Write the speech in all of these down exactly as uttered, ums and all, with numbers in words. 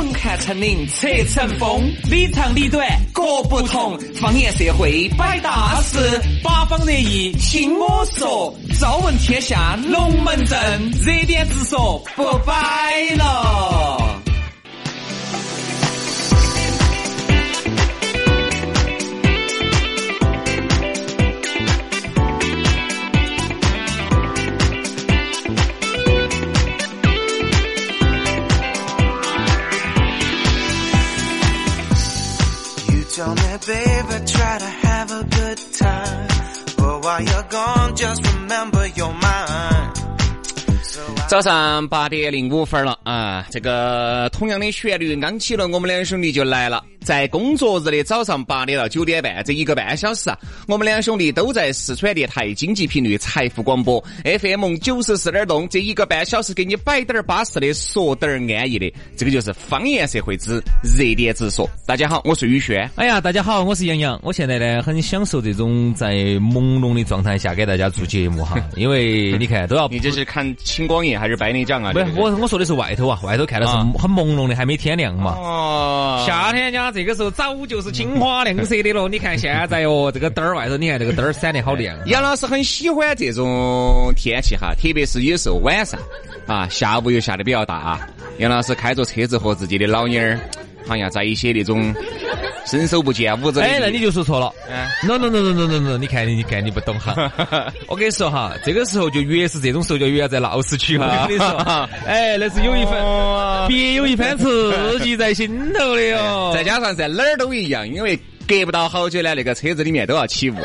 龙看成岭侧成峰，里长里短各不同，方言社会摆大事，八方热议听我说，朝闻天下龙门阵，热点直说不摆了。 Tell me, baby, try to have a good time. But while you're gone, just remember you're mine. 早上八点零五分了啊！这个同样的旋律刚起了，我们两兄弟就来了。在工作日的早上八点到九点半这一个半小时啊，我们两兄弟都在四川电台经济频率财富广播 F M 九十四点动，这一个半小时给你摆点巴适的，说点安逸的，这个就是方言社会之热点直说。大家好，我是宇轩。 哎呀，大家好，我是杨洋。我现在呢很享受这种在朦胧的状态下给大家做节目哈，因为你看都要你这是看青光眼还是白内障啊？ 不是，我我说的是外头啊，外头看的是很朦胧的，还没天亮嘛。 哦， 夏天家这个时候早就是青花亮色的了。你看现在哦，这个灯儿外头，你看这个灯儿闪得好亮。 杨老师很喜欢这种天气哈，特别是有时候晚上啊，下午又下得比较大，杨老师开着车子和自己的老妞儿，好像在一些那种伸手不见五指的。 哎，那你就说错了。嗯 ，no no no no no no no， 你看你看你不懂哈。我跟你说哈，这个时候就越是这种时候就越要在闹市区。我跟你说，哎，那是有一番别有一番刺激在心头的哟。 再加上在哪儿都一样，因为隔不到好久呢，那个车子里面都要起雾。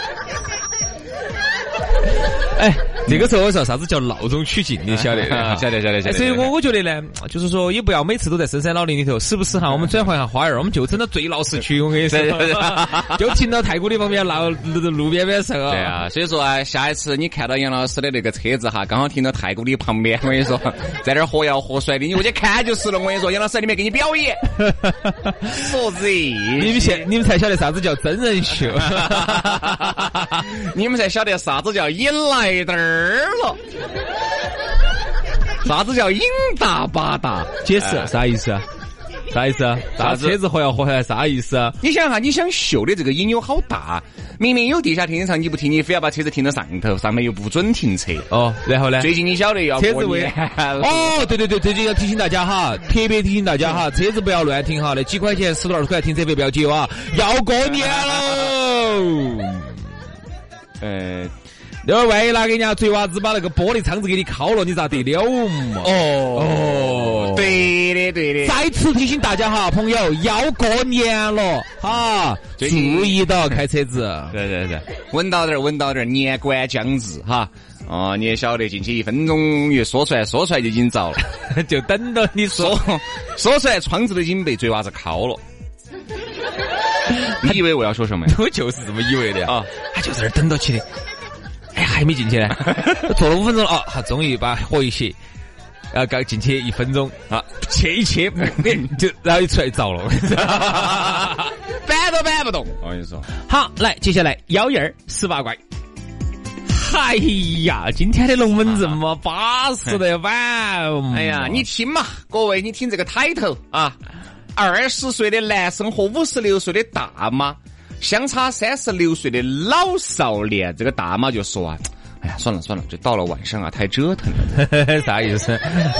哎，这个时候我说啥子叫闹中取静，你晓得的， 晓得晓得晓得。 所以我我觉得呢，就是说也不要每次都在深山老林里头，时不时哈我们转换一下花园，我们就真的最闹市区。我跟你说，就停到太古里旁边闹路边边上。 对啊，所以说啊，下一次你看到杨老师的那个车子哈，刚好停到太古里旁边，我跟你说，在那儿活摇活甩的，你回去看就是了。我跟你说，杨老师在里面给你表演，说子， 你们现你们才晓得啥子叫真人秀， 你们才晓得啥子叫引来点儿了，啥子叫引大八大？ 解释啥意思啊？啥意思啊？啥车子活摇活来啥意思啊？ 你想哈，你想秀的这个引有好大，明明有地下停车场，你不停，你非要把车子停到上头，上面又不准停车。 哦，然后呢？ 最近你晓得要车子为哦，对对对，最近要提醒大家哈，特别提醒大家哈，车子不要乱停哈，那几块钱、十多二十块停车费不要接啊，要过年喽。 呃。 那万一哪个人家贼娃子把那个玻璃窗子给你敲了，你咋得了嘛？ 哦哦，对的对的。 再次提醒大家哈，朋友要过年了哈，注意到开车子。 对对对，稳到点稳到点，年关将至哈。哦，你也晓得进去一分钟也说出来说出来就已经着了， 就等到你说说出来窗子都已经被贼娃子敲了。你以为我要说什么呀？ 我就是这么以为的啊， 他就在那儿等到起的。哎，还没进去呢，坐了五分钟了啊！他终于把火一切，然后刚进去一分钟啊，切一切，就然后一出来着了， 搬都搬不动。我跟你说， 好，来，接下来幺燕儿十八怪。哎呀，今天的龙门阵嘛，巴适的晚。 哎呀，你听嘛，各位，你听这个抬头啊，二十岁的男生和五十六岁的大妈。相差三十六岁的老少年，这个大妈就说啊，哎呀，算了算了，这到了晚上啊，太折腾了。 啥意思？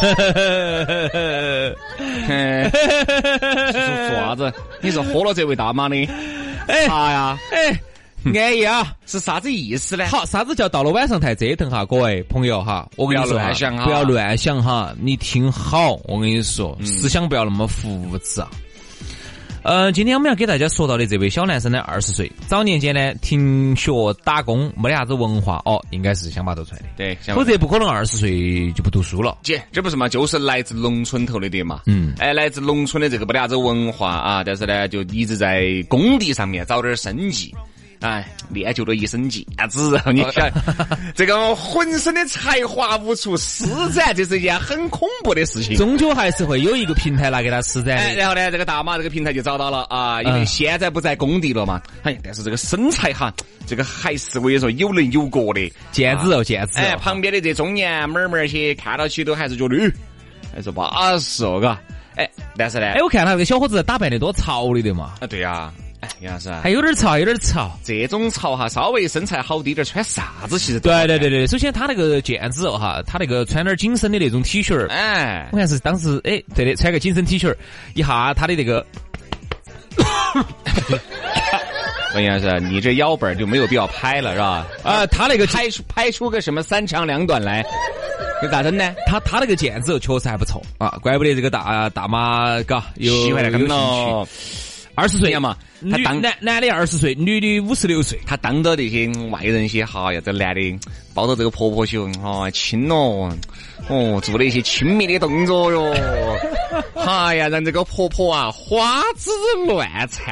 说啥子？你说喝了这位大妈的？哎，啥呀？ 哎，安逸啊， 是啥子意思呢？ 好，啥子叫到了晚上太折腾哈？各位朋友哈，我跟你说，不要乱想哈，你听好，我跟你说，嗯、思想不要那么复杂。呃，今天我们要给大家说到的这位小男生呢，二十岁，早年间呢停学打工，没得啥子文化哦，应该是乡巴头出来的， 对， 否则不可能二十岁就不读书了。 姐，这不是嘛，就是来自农村头的的嘛， 嗯， 哎，来自农村的这个没得啥子文化啊，但是呢，就一直在工地上面找点生计。哎，练就了一身腱子，你看这个浑身的才华无处施展，这是一件很恐怖的事情。 终究还是会有一个平台拿给他施展的。 哎，然后呢，这个大妈这个平台就找到了啊，因为现在不在工地了嘛。哎，但是这个身材哈，这个还是我跟你说有棱有角的， 腱子哦，腱子、哦。 哎，旁边的这中年妹妹些看到起都还是觉得，还是巴适哦，嘎。 哎，但是呢， 哎，我看他那个小伙子打扮的多潮的的嘛。 啊，对呀。哎，杨老师还有点潮，有点潮。 这种潮哈，稍微身材好滴点，穿啥子其实对对对对。首先他那个腱子哦哈，他那个穿点紧身的那种 T 恤，哎，我看是当时哎，对的，穿个紧身 T 恤，一下他的那个。 文杨老师，你这腰本就没有必要拍了是吧？ 啊，他那个拍出拍出个什么三长两短来，给咋整呢？ 他他那个腱子确实还不错啊，怪不得这个大大妈嘎有喜欢那个兴趣。二十岁嘛，他当男男的二十岁，女的五十六岁， 他当到那些外人些哈呀，这男的抱着这个婆婆胸哈亲哦，哦做了一些亲密的动作哟，哎呀，让这个婆婆啊花枝乱颤，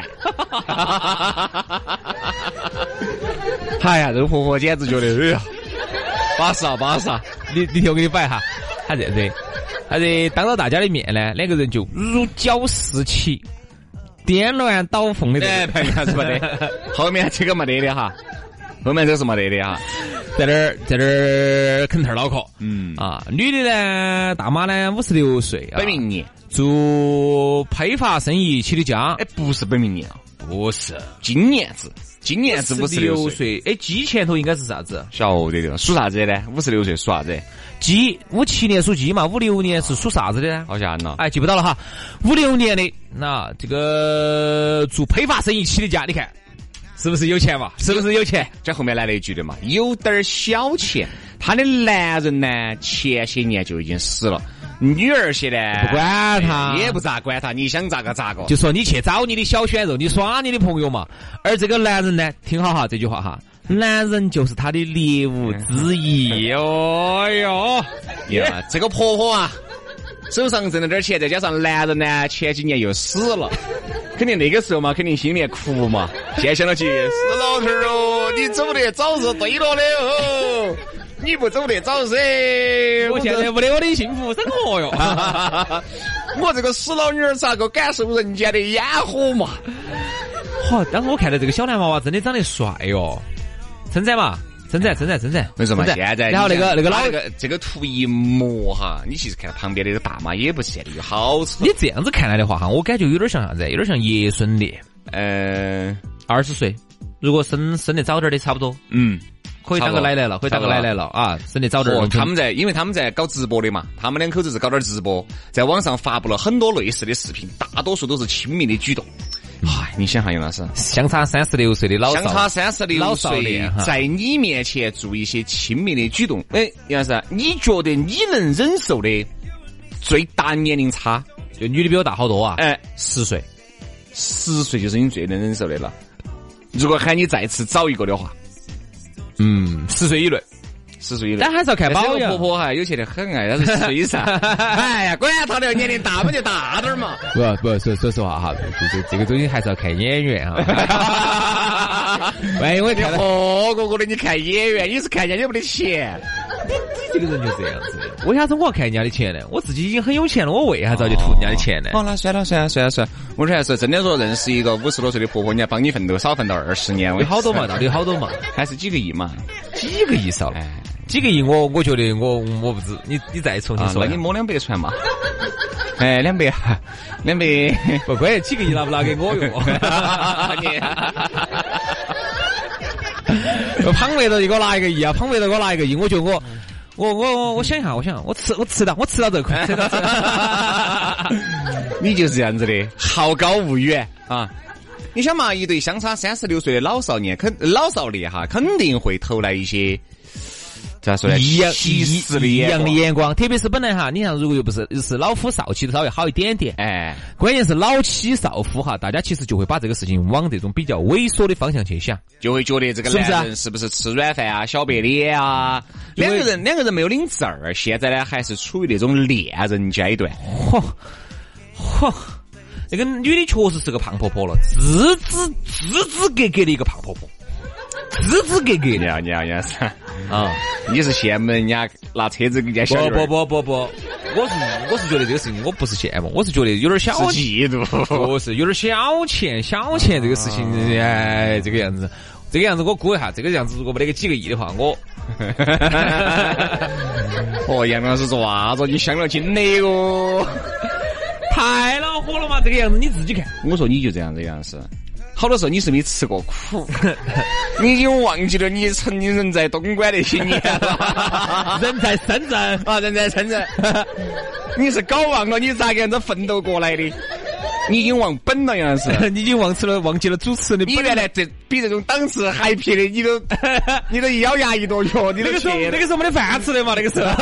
哎呀，这个婆婆简直觉得哎呀，巴适啊巴适啊！ 你你听我给你摆哈，他这样子，他这当着大家的面呢，两个人就如胶似漆。颠鸾倒凤的， 对，朋友是没得，后面这个没得的哈，后面这个是没得的哈， 在这儿在这儿啃头脑壳，嗯啊，女的呢，大妈呢五十六岁， 本命年， 做批发生意起的家， 哎，不是本命年啊， 不是， 今年子，今年子五十六岁， 哎，鸡前头应该是啥子？ 晓得的，属啥子的？五十六岁属啥子？ 鸡，五七年属鸡嘛，五六年是属啥子的呢？ 好吓人呐！ 哎，记不到了哈。五六年的那这个做批发生意起的家，你看是不是有钱嘛？是不是有钱？ 这后面来了一句的嘛，有点小钱。他的男人呢，前些年就已经死了，女儿些呢不管他， 也不咋管他，你想咋个咋个。 就说你去找你的小鲜肉，你耍你的朋友嘛。而这个男人呢，听好哈这句话哈。男人就是他的猎物之一哦哟呀！这个婆婆啊，手上挣了点钱，再加上男人呢前几年又死了，肯定那个时候嘛，肯定心里面哭嘛。现在想到起，死老头儿哦，你走得早是对了的哦，你不走得早噻， 我现在没得我的幸福生活哟。 我这个死老女儿咋个感受人间的烟火嘛？ 好，当时我看到这个小男娃娃真的长得帅哟。称赞嘛，称赞称赞称赞， 为什么？现在然后那个那个老这个这个图一抹哈，你其实看旁边的这个大妈也不显得有好丑。 你这样子看来的话哈，我感觉有点像啥子？有点像爷孙恋。 呃， 二十岁，如果生生得早点的，差不多。 嗯， 可以当个奶奶了，可以当个奶奶了啊！生得早点。 哦，他们在，因为他们在搞直播的嘛，他们两口子是搞点直播，在网上发布了很多类似的视频，大多数都是亲密的举动。哎，你想哈，杨老师， 相差三十六岁的老少， 相差三十六岁，在你面前做一些亲密的举动，哎，杨老师，你觉得你能忍受的最大年龄差？ 就女的比我大好多啊？ 哎， 十岁， 十岁就是你最能忍受的了。如果喊你再次找一个的话， 嗯，十岁以内。 十岁以内， 但还是要看保养。 婆婆哈，有钱的很哎，她是岁噻。哎呀，管他的年龄大嘛就大点嘛。 不不，说说实话哈，这这这个东西还是要看演员哈。万一我看哦，个个的你看演员，你是看人家没得钱。 你你这个人就这样子的，为啥子我要看人家的钱呢？我自己已经很有钱了，我为啥子要去图人家的钱呢？ 好了，算了算了算了算了，我说还是真的说认识一个五十多岁的婆婆，人家帮你奋斗，少奋斗二十年， 有好多嘛，到底有好多嘛？ 还是几个亿嘛？ 几个亿少了。几个亿我我觉得我我不知你你再重新说、 啊、那你摸两百船嘛哎两百两百不关键几个亿拿不拿给我用你胖妹子你给我拿一个亿啊胖妹子给我拿一个亿我觉得我我我我想一下我想我吃我吃到我吃到这块吃到这你就是这样子的好高骛远啊你想嘛一对相差三十六岁的老少年肯老少年哈肯定会投来一些咋说呢？ 异样歧视的异样的眼光，特别是本来哈，你像如果又不是是老夫少妻的稍微好一点点， 哎， 关键是老妻少夫哈，大家其实就会把这个事情往这种比较猥琐的方向去想， 就会觉得这个男人是不是吃软饭啊、小白脸啊？两个人两个人没有领证儿，现在呢还是处于那种恋人阶段。 嚯嚯，那个女的确实是个胖婆婆了，支支支支格格的一个胖婆婆。支支格格的，你好，你好，是啊，你是羡慕人家拿车子给人家小不不不不不，我是我是觉得这个事情我不是羡慕，我是觉得有点小嫉妒， 不是有点小钱小钱这个事情，哎，这个样子，这个样子我估一下，这个样子如果没得个几个亿的话，我， 哦，杨老师说啥子？你想了精的哦。 太恼火了嘛！这个样子你自己看。 我说你就这样子样子，好多时候你是没吃过苦，你已经忘记了你曾经人在东莞那些年了， 人在深圳啊，人在深圳，你是搞忘了你咋个样子奋斗过来的？你已经忘本了，杨老师， 你已经忘记了忘记了主持的。 你原来这比这种档次还撇的，你都你都一咬牙一跺脚，你都去。那个时候没得饭吃的嘛，那个时候。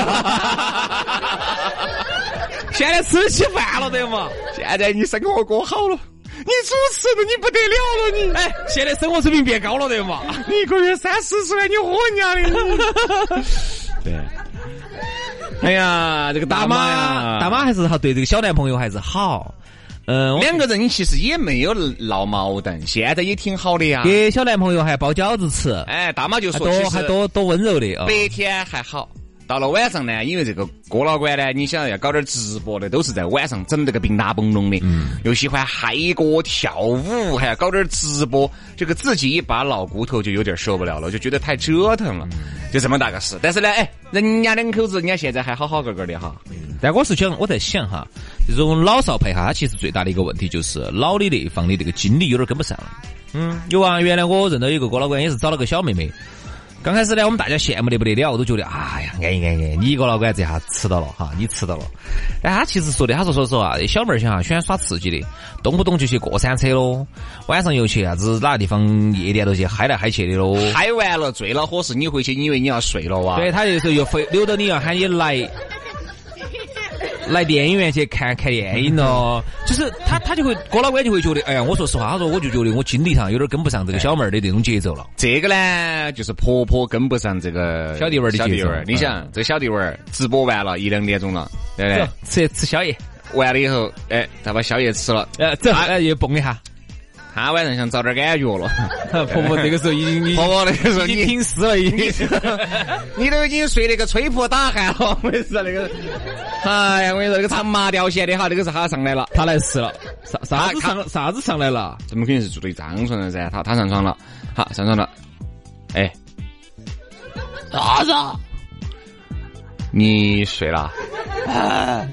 现在吃得起饭了的嘛， 现在你生活过好了，你主持的你不得了了你。 哎，现在生活水平变高了的嘛， 你一个月三四十万，你活人家的。对。哎呀，这个大妈呀， 大妈还是好对这个小男朋友还是好。嗯， 两个人其实也没有闹矛盾，现在也挺好的呀。 给小男朋友还包饺子吃， 哎，大妈就说多还多多温柔的。哦、 白天还好，到了晚上呢，因为这个郭老倌呢，你想要搞点直播的，都是在晚上整这个冰大崩隆的，嗯，又喜欢嗨歌跳舞，还要搞点直播，这个自己一把老骨头就有点受不了了，就觉得太折腾了，就这么大个事。但是呢，哎，人家两口子，人家现在还好好个个的哈。 但我是想，我在想哈，这种老少配哈，它其实最大的一个问题就是老的那一方的这个精力有点跟不上了。嗯，有啊，原来我认到有一个郭老倌也是找了个小妹妹。刚开始呢，我们大家羡慕得不得了，我都觉得哎呀，安逸安逸，你一个老倌这下吃到了哈，你吃到了。但他其实说的，他说说说啊，小妹儿想喜欢耍刺激的，动不动就去过山车喽，晚上又去啥子哪个地方夜店都去嗨来嗨去的喽。 嗨完了醉了火是你回去，你以为你要睡了哇？ 对，他有时候又回留到你要喊你来。来电影院去看看电影咯，就是他他就会郭老倌就会觉得，哎呀，我说实话，他说我就觉得我精力上有点跟不上这个小妹儿的这种节奏了。 这个呢，就是婆婆跟不上这个小弟娃儿的节奏。 你想，嗯、这个小弟娃儿直播完了一两点钟了，对不对？ 吃吃宵夜， 完了以后，哎，他把宵夜吃了， 呃，这哎又蹦一下。 他晚上想找点感觉了， 婆婆那个时候已经， 婆婆那个时候已经挺死了，已经， 你都已经睡那个吹破打鼾了，我跟你说那个，哎呀，我跟你说那个长麻掉线的哈，那个是他上来了， 他来试了，啥啥子上啥子上来了？ 怎么肯定是住的一张床上噻？他他上床了，好上床了，哎， 啥子？ 你睡了？啊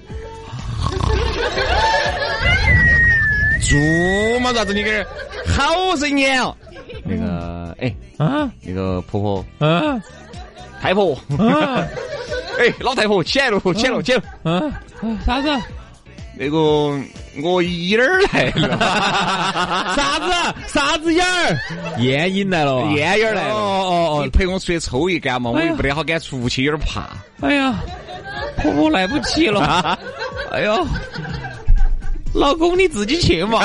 猪嘛，啥子你给好生眼哦？那个，哎啊，那个婆婆啊，太婆啊，哎，老太婆起来了，起来了，起来了， 啊，啥子？ 那个我姨儿来了， 啥子？啥子眼儿？燕影来了， 燕眼来了。 哦哦哦， 你陪我出去抽一杆嘛，我也不得好敢出去，有点怕。 哎呀，婆婆来不及了。哎呦。老公你自己去嘛！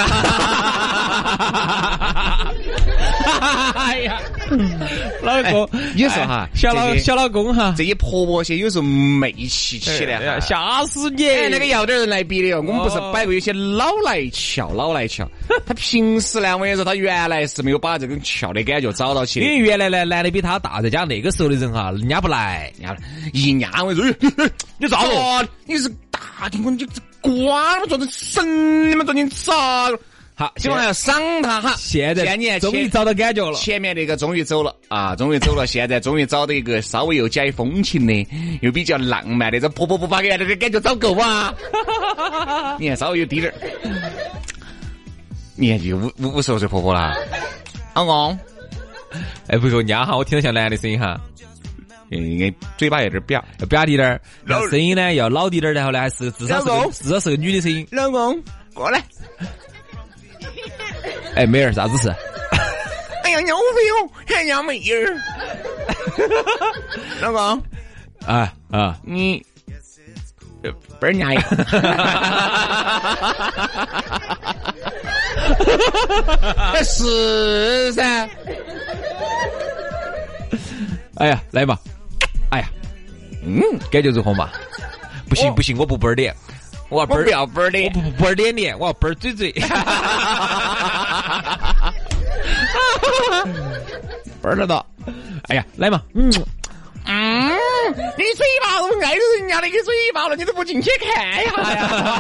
哎呀，老公， 你说哈， 小老小老公哈， 这些婆婆些有时候媚气起来哈， 吓死你！ 哎，那个要点人来比的哦，我们不是摆过有些老来俏，老来俏。他平时呢，我跟你说，他原来是没有把这种俏的感觉找到起的， 因为原来呢，男的比他大，再加上那个时候的人哈，人家不来， 人家一年我说，你咋了？你是大庭广众。瓜了，做成神，你们做成啥？好，希望要赏他哈。 现在终于找到感觉了， 前面那个终于走了啊，终于走了。现在终于找到一个稍微又解风情的，又比较浪漫的。这婆婆不把原来的感觉找够啊！你看稍微有低点儿，你看就五五五十多岁婆婆了。老公， 哎，不说人家哈，我听得像男的声音哈。 应该嘴巴有点瘪， 要瘪滴点儿，声音呢要老滴点儿，然后呢还是至少是个至少是个女的声音。 老公，过来。 哎，妹儿，啥子事？ 哎呀，鸟飞哦，还要妹儿。老公， 啊啊， 你不是娘呀？是噻。 哎呀，来吧。哎呀，嗯，感觉如何嘛？不行不行，我不啵儿脸，我要啵儿， 不要啵儿脸， 我不啵儿脸脸，我要啵儿嘴嘴。啵儿了的。哎呀，来嘛。嗯嗯，你嘴巴都挨着人家那个嘴巴了，你都不进去看一下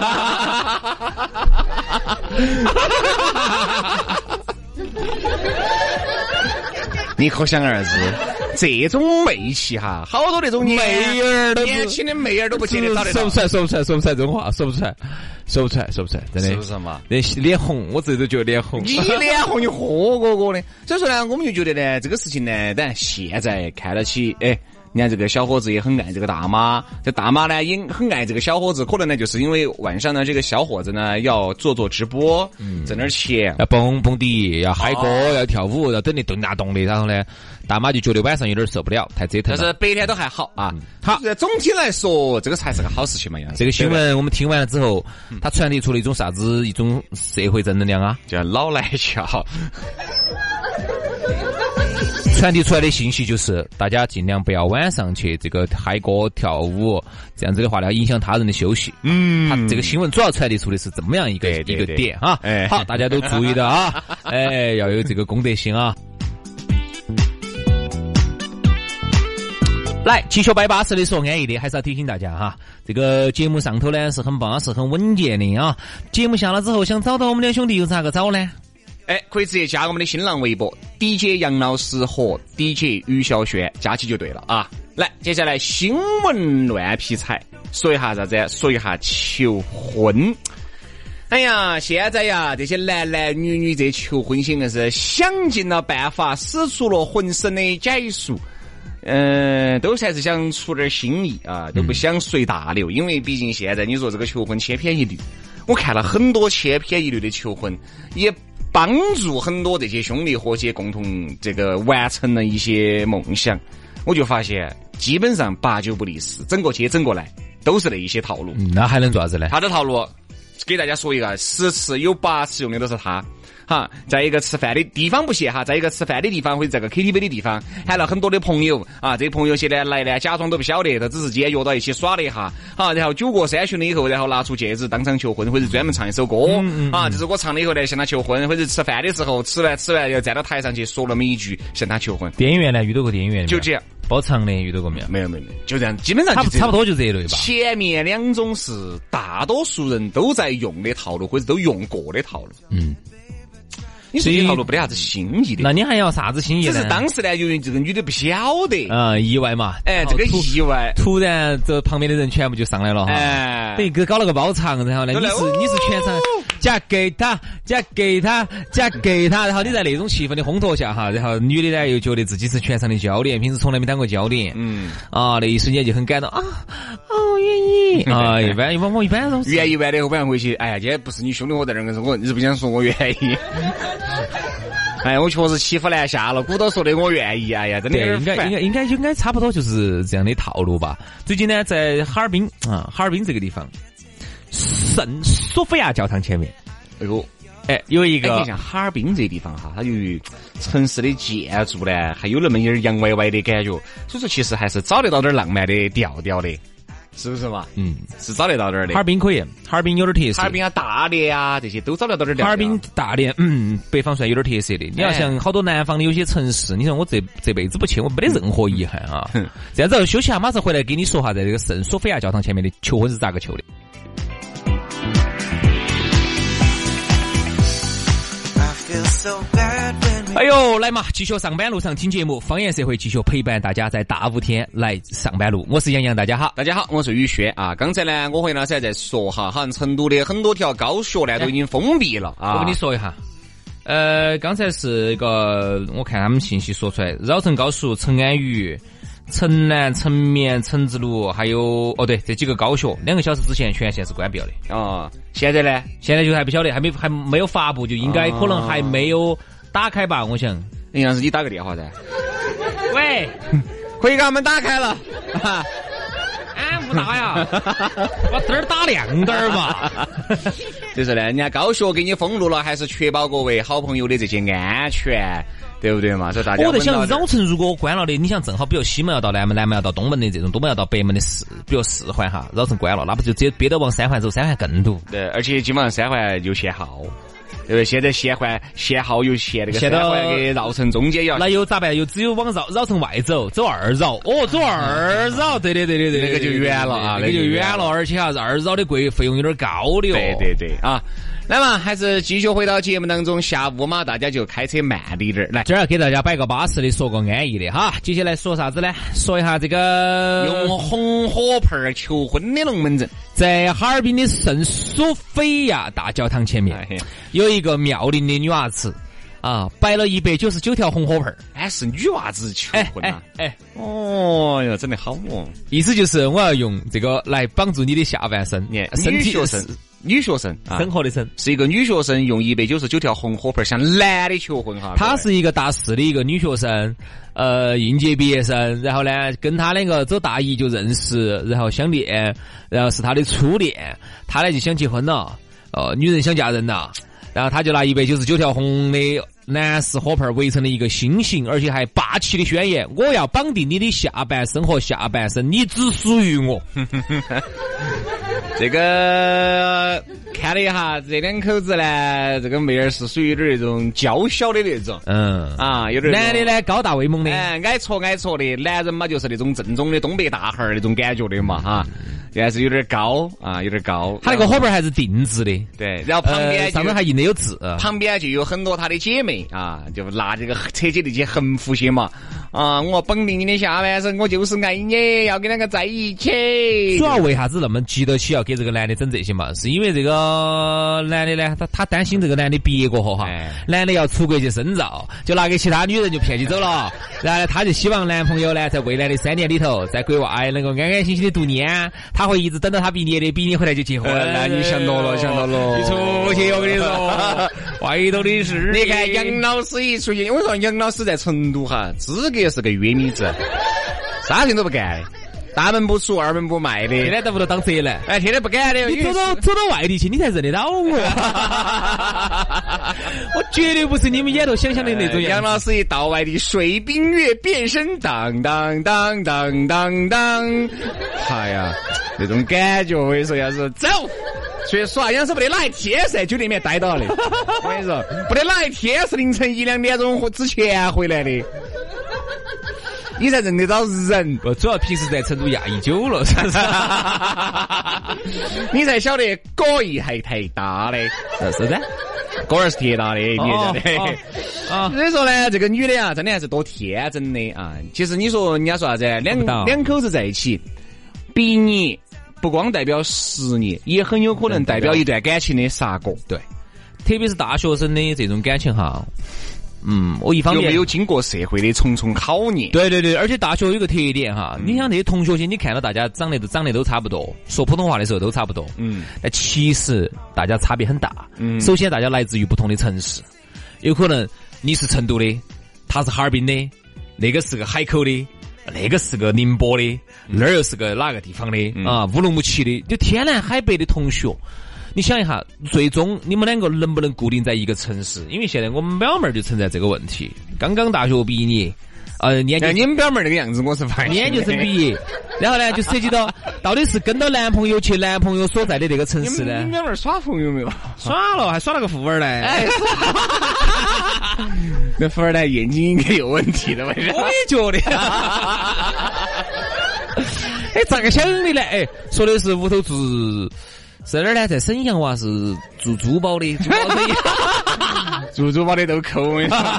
呀？你可想而知，这种媚气哈，好多那种妹儿都年轻的妹儿都不见得找得到。 说不出来，说不出来，说不出来这种话，说不出来。 说不出来，说不出来，真的是不是嘛？ 那脸红，我自己都觉得脸红。 你脸红，你活过过的。所以说呢，我们就觉得呢，这个事情呢，当然现在看得起，哎。你看这个小伙子也很爱这个大妈，这大妈呢也很爱这个小伙子，可能呢就是因为晚上呢这个小伙子呢要做做直播，嗯，挣点钱， 要蹦蹦迪，要嗨歌，哦、要跳舞，要等你咚大咚的，然后呢，大妈就觉得晚上有点受不了，太折腾了。 但是白天都还好啊。 嗯、好， 总体来说，这个才是个好事情嘛。 这个新闻我们听完了之后，嗯、它传递出了一种啥子一种社会正能量啊？ 叫老来俏。 传递出来的信息就是，大家尽量不要晚上去这个嗨歌跳舞，这样子的话呢，影响他人的休息。嗯，他这个新闻主要传递出的是怎么样一个对对对一个点啊？哎，好，大家都注意的啊，哎，要有这个公德心啊。来，继续摆巴适的说安逸的，还是要提醒大家哈，这个节目上头呢是很巴适、很稳健的啊。节目下了之后，想找到我们两兄弟有咋个找呢？ 哎，可以直接加我们的新浪微博 D J 杨老师和 D J 于小轩，加起就对了啊。来，接下来新闻乱劈柴，说一下啥子？说一下求婚。哎呀，现在呀，这些男男女女这求婚型的是想尽了办法，使出了浑身的解数。嗯、呃，都还是想出点心意啊，都不想随大流，因为毕竟现在你说这个求婚千篇一律，我看了很多千篇一律的求婚，也帮助很多这些兄弟伙计共同这个完成了一些梦想，我就发现基本上八九不离十，整个街整过来都是那一些套路。 嗯、那还能做啥子呢？ 他的套路给大家说一个，十次有八次用的都是他。哈，在一个吃饭的地方不谢哈，在一个吃饭的地方或者在个 K T V 的地方，喊了很多的朋友啊，这些朋友现在来呢，假装都不晓得，他只是今天约到一起耍了一下，好，然后酒过三巡了以后，然后拿出戒指当场求婚，或者专门唱一首歌，嗯嗯嗯啊，就是我唱了以后呢，向他求婚，或者吃饭的时候吃完吃完要站到台上去说那么一句向他求婚。 电影院呢遇到过电影院就这样， 包场的遇到过没有？ 没有没有没有，就这样，基本上就差不多就这一类吧。 前面两种是大多数人都在用的套路，或者都用过的套路。嗯。你说这套路没得啥子新意的， 那你还要啥子新意呢？ 只是当时呢，由于这个女的不晓得， 啊、嗯，意外嘛， 哎，这个意外， 突然这旁边的人全部就上来了哈，哎，等于给搞了个包场，然后呢，你是、哦、你是全场嫁给他，嫁给他，嫁给他，然后你在那种气氛的烘托下哈，然后女的呢又觉得自己是全场的焦点，平时从来没当过焦点，嗯，啊，那一瞬间就很感动啊，哦，我愿意啊，一般一般我一般都是愿意完了，晚上回去，哎呀，今天不是你兄弟伙在那儿，我你是不想说我愿意。哎，我确实欺负难下了，鼓捣说的我愿意。哎呀，真的应该应该应该应该差不多就是这样的套路吧。最近呢，在哈尔滨啊，哈尔滨这个地方，圣索菲亚教堂前面， 哎呦， 哎，有一个、 哎、像哈尔滨这地方哈，它由于城市的建筑呢，还有那么一点洋歪歪的感觉，所以说其实还是找得到点浪漫的调调的。是不是嘛？嗯，是找得到点儿的。 哈尔滨可以，哈尔滨有点特色。 哈尔滨啊、大连啊这些都找得到点儿。 哈尔滨、大连，嗯，北方算有点特色的。你要像好多南方的有些城市，你说我这这辈子不去，我没得任何遗憾啊。这样子休息下，马上回来给你说下，在这个圣索菲亚教堂前面的求婚是咋个求的。哎呦，来嘛，继续上班路上听节目，方言社会继续陪伴大家在大雾天来上班路。我是杨洋，大家好， 大家好，我是宇轩啊。刚才呢，我和老师还在说哈，好像成都的很多条高学呢都已经封闭了啊。 我跟你说一下，呃，刚才是一个，我看他们信息说出来，绕城高速成安渝、城南、城绵、城子路，还有哦对，这几个高学，两个小时之前全线是关闭了的啊。现在呢， 现在就还不晓得，还没还没有发布，就应该可能还没有打开吧，我想。 应该是你打个电话噻。 喂， 可以给他们打开了。 哎，不打呀，把灯儿打亮点儿嘛。 就是呢，人家高学给你封路了，还是确保各位好朋友的这些安全，对不对嘛？所以大家。 我在想，绕城如果关了的，你想正好，比如西门要到南门，南门要到东门的这种，东门要到北门的四，比如四环哈，绕城关了，那不就直接憋到往三环走，三环更堵。 对，而且基本上三环有限号。对不对？现在限环限号又限那个三环给绕城中间要， 那又咋办？又只有往绕绕城外走，走二绕。哦，走二绕，对对对对对， 那个就远了啊， 那个就远了，而且啊，二绕的贵，费用有点高的哦。 对对对啊， 来嘛，还是继续回到节目当中，下午嘛，大家就开车慢一点。来， 这儿给大家摆个巴适的，说个安逸的哈。接下来说啥子呢？说一下这个用红火盆求婚的龙门阵， 在哈尔滨的圣索菲亚大教堂前面，哎、有一个妙龄的女娃子啊，摆了一百九十九条红火盆。 哎，是女娃子求婚啊！ 哎，哎哦哟，真的好哦。 意思就是我要用这个来绑住你的下半身， 身体学生。女学生， 生活的生， 是一个女学生用一百九十九条红火盆向男的求婚哈。 她是一个大四的一个女学生，呃，应届毕业生，然后呢，跟她两个走大一就认识，然后相恋，然后是她的初恋，她呢就想结婚了，呃，女人想嫁人了，然后她就拿一百九十九条红的男士火盆围成了一个心形，而且还霸气的宣言：我要绑定你的下半身和下半身，你只属于我。 这个看了一下，这两口子呢，这个妹儿是属于有点那种娇小的那种， 嗯啊，有点男的呢高大威猛的， 哎，矮矬矮矬的，男人嘛就是那种正宗的东北大汉儿那种感觉的嘛，哈，还是有点高啊，有点高。 他那个火盆还是定制的， 对，然后旁边、呃、 上面还印的有字， 旁边就有很多他的姐妹啊，就拿这个扯起那些横幅些嘛，啊，我绑定你的下半身，我就是爱你，要跟两个在一起。 主要为啥子那么急得起要给这个男的整这些嘛？是因为这个男的呢，他他担心这个男的别过后哈，哎、男的要出国去深造，就拿给其他女人就骗起走了。然后呢，他就希望男朋友呢，在未来的三年里头，在国外能够安安心心的度年，他会一直等到他毕业的，毕业回来就结婚。 那你想到了，想到了， 你出去我跟你说，外头的事。 你看杨老师一出去，我说杨老师在成都哈，资格是个约米子，啥事情都不干。大门不出二门不迈的， 天天在屋头当贼了， 哎，天天不敢的。 你走到走到外地去，你才认得到我。我绝对不是你们眼头想象的那种。 杨老师一到外地，水冰月变身，当当当当当当，哎呀，那种感觉，我跟你说，要是走出去耍，杨老师不得哪一天是在酒店里面待到的。我跟你说，不得哪一天是凌晨一两点钟或之前回来的。你才认得到人， 我主要平时在成都压抑久了，是不是？ 你才晓得果意还太大嘞， 是的， 果儿是铁大的，你也晓得。 啊， 所以说呢，这个女的啊，真的还是多天真的啊。其实你说人家说啥子，两两口子在一起，比你不光代表十年，也很有可能代表一段感情的杀过。 对，特别是大学生的这种感情哈。嗯，我一方面有没有经过社会的重重考验？ 对对对，而且大学有一个特点哈，嗯、你想那些同学些，你看到大家长得都长得都差不多，说普通话的时候都差不多，嗯，但其实大家差别很大。嗯，首先大家来自于不同的城市，有可能你是成都的，他是哈尔滨的，那个是个海口的，那个是个宁波的，嗯、那儿又是个哪个地方的、嗯、啊？乌鲁木齐的，就天南海北的同学。你想一下，最终你们两个能不能固定在一个城市？因为现在我们表妹就存在这个问题。刚刚大学毕业，呃，年你们表妹那个样子，我是发现。 研究生毕业，然后呢，就涉及到到底是跟到男朋友去男朋友所在的那个城市呢？ 你们表妹耍朋友没有？ 耍了，还耍了个富二代。哎， 那富二代眼睛应该有问题的，我也觉得。哎，咋个想的呢？哎，说的是屋头住。是哪儿呢？在沈阳哇，是做珠宝的，珠宝生意， 做珠宝的都抠，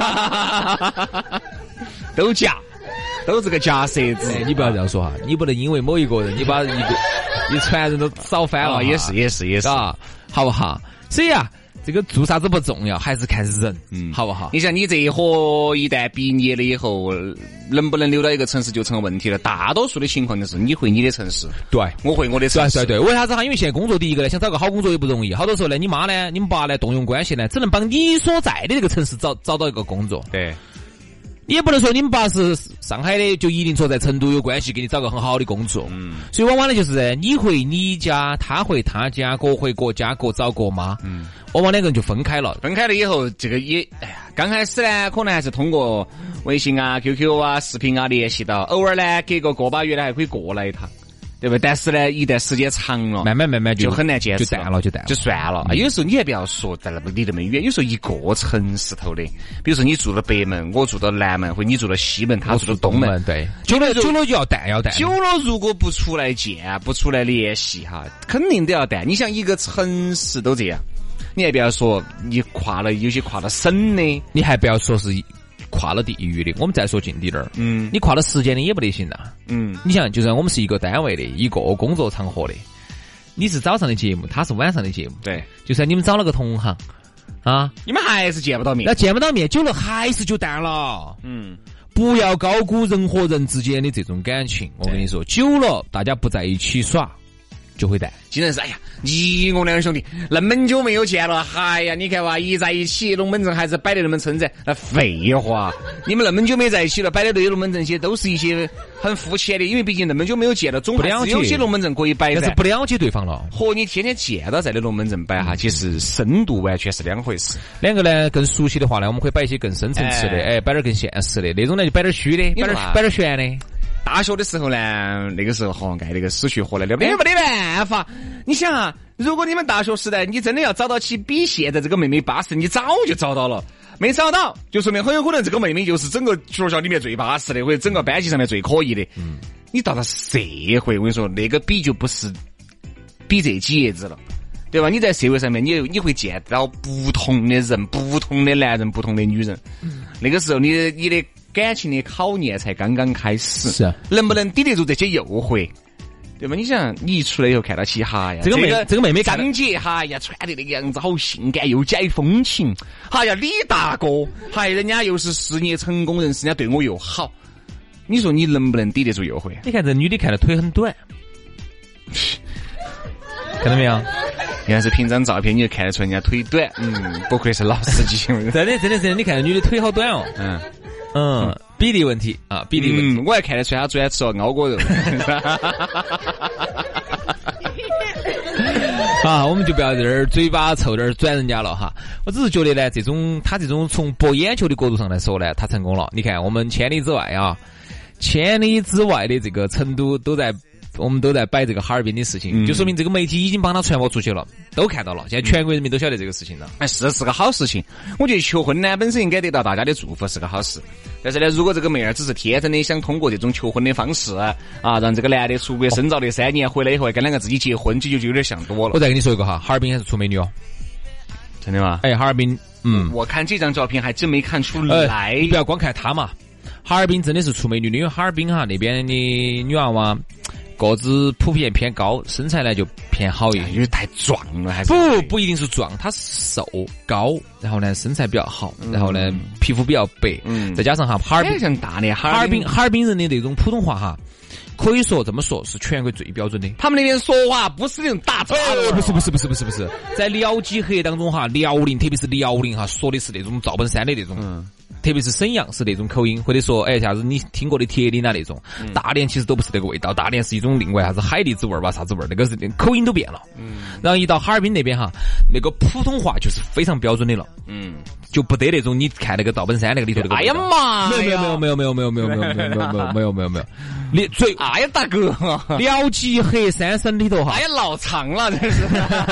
都假，都是个假设子、 哎。你不要这样说哈，你不能因为某一个人，你把一个一船人都扫翻了、 哦。也是，也是，也是啊，好不好？所以啊，这个做啥子不重要，还是看人，嗯，好不好？ 你像你这一伙一旦毕业了以后，能不能留到一个城市就成了问题了。大多数的情况就是你回你的城市， 对， 我回我的城市， 对对对。为啥子哈？因为现在工作第一个呢，想找个好工作也不容易。好多时候呢，你妈呢，你们爸呢，动用关系呢，只能帮你所在的这个城市找找到一个工作。 对。 你也不能说你们爸是上海的，就一定说在成都有关系给你找个很好的工作。嗯，所以往往呢就是你回你家，他回他家，各回各家，各找各妈。嗯，往往两个人就分开了。 分开了以后，这个也，哎呀，刚开始呢，可能还是通过微信啊、Q Q 啊、视频啊联系到，偶尔呢，隔个个把月呢还可以过来一趟。对吧？但是呢，一旦时间长了， 慢慢慢慢就就很难坚持， 就淡了，就淡了， 就算了。嗯、有时候你还不要说在那么离那么远，有时候一个城市头的，比如说你住到北门，我住到南门，或者你住到西门，他住到东门， 对，久了久了就要淡，要淡。 久了如果不出来见，不出来联系哈，肯定都要淡。你想一个城市都这样， 你还不要说你跨了有些跨了省的， 你还不要说是跨了地域的，我们再说近点儿， 嗯， 你跨了时间的也不得行呐， 嗯， 你想，就算我们是一个单位的一个工作场合的，你是早上的节目，他是晚上的节目， 对， 就算你们找了个同行啊， 你们还是见不到面， 那见不到面，久了还是就淡了， 嗯， 不要高估人和人之间的这种感情，我跟你说，久了大家不在一起耍。就会淡， 竟然是哎呀，你我两兄弟那么久没有见了，哎呀，你看哇，一在一起龙门阵还是摆得那么称赞，那废话，你们那么久没在一起了，摆的对龙门阵些都是一些很肤浅的，因为毕竟那么久没有见了，总还是有些龙门阵可以摆噻。 但是不了解对方了， 和你天天见到在的龙门阵摆哈，其实深度完全是两回事。 两个呢更熟悉的话呢，我们可以摆一些更深层次的，哎，摆点更现实的，那种呢就摆点虚的，摆点摆点悬的。 大学的时候呢，那个时候好爱那个死去活来的，没没得办法。你想啊，如果你们大学时代你真的要找到起比现在这个妹妹巴适，你早就找到了。没找到，就说明很有可能这个妹妹就是整个学校里面最巴适的，或者整个班级上面最可以的。嗯，你到了社会，我跟你说，那个比就不是比这几爷子了，对吧？你在社会上面，你你会见到不同的人，不同的男人，不同的女人。嗯，那个时候你你的感情的考验才刚刚开始， 是啊， 能不能抵得住这些诱惑，对吧？你想，你一出来以后看到起哈呀， 这个妹、这个、这个妹妹张姐哈呀，穿的那个样子好性感又解风情，哈呀，李大哥，还人家又是事业成功人士，人家对我又好，你说你能不能抵得住诱惑？ 你看这女的看的腿很短，看到没有？ 你要是凭张照片，你就看得出人家腿短，嗯，不愧是老司机， 真的真的真的，你看这女的腿好短哦，嗯。嗯，比例问题啊，比例问题， 嗯、我还看得出来他昨天吃了熬锅肉。 啊，我们就不要在这儿嘴巴臭点儿转人家了哈。我只是觉得呢，这种他这种从博眼球的角度上来说呢，他成功了。你看，我们千里之外啊，千里之外的这个成都都在。我们都在摆这个哈尔滨的事情，嗯、就说明这个媒体已经帮他传播出去了，都看到了。现在全国人民都晓得这个事情了。哎， 是是个好事情。我觉得求婚呢本身应该得到大家的祝福，是个好事。但是呢，如果这个妹儿只是天真的想通过这种求婚的方式啊，让这个男的出国深造的三年回来以后跟两个自己结婚，这就就有点想多了。 我再跟你说一个哈，哈尔滨还是出美女哦。 真的吗？ 哎，哈尔滨，嗯， 我看这张照片还真没看出来。 呃、你不要光看她嘛，哈尔滨真的是出美女，因为哈尔滨哈那边的女娃娃。个子普遍偏高，身材呢就偏好一点， 因为太壮了，还是不不一定是壮，他是瘦高，然后呢身材比较好，嗯、然后呢皮肤比较白，嗯，再加上哈哈尔滨像大连哈尔滨哈尔滨人的那种普通话哈，可以说这么说是全国最标准的。 他们那边说话不是那种大杂的，不是不是不是不是不是，在辽吉黑当中哈，辽宁特别是辽宁哈，说的是那种赵本山的那种。嗯，特别是沈阳是那种口音，或者说哎啥子你听过的铁岭啊那种，嗯、大连其实都不是这个味道，大连是一种另外啥子海蛎子味儿吧，啥子味儿，那个是口音都变了。嗯，然后一到哈尔滨那边哈，那个普通话就是非常标准的了。嗯，就不得那种你看那个赵本山那个里头那个。 哎呀妈！ 没有没有没有没有没有没有没有没有没有没有没有没有没有，你最哎呀大哥， 辽吉黑三省里头哈， 哎呀老长了这是。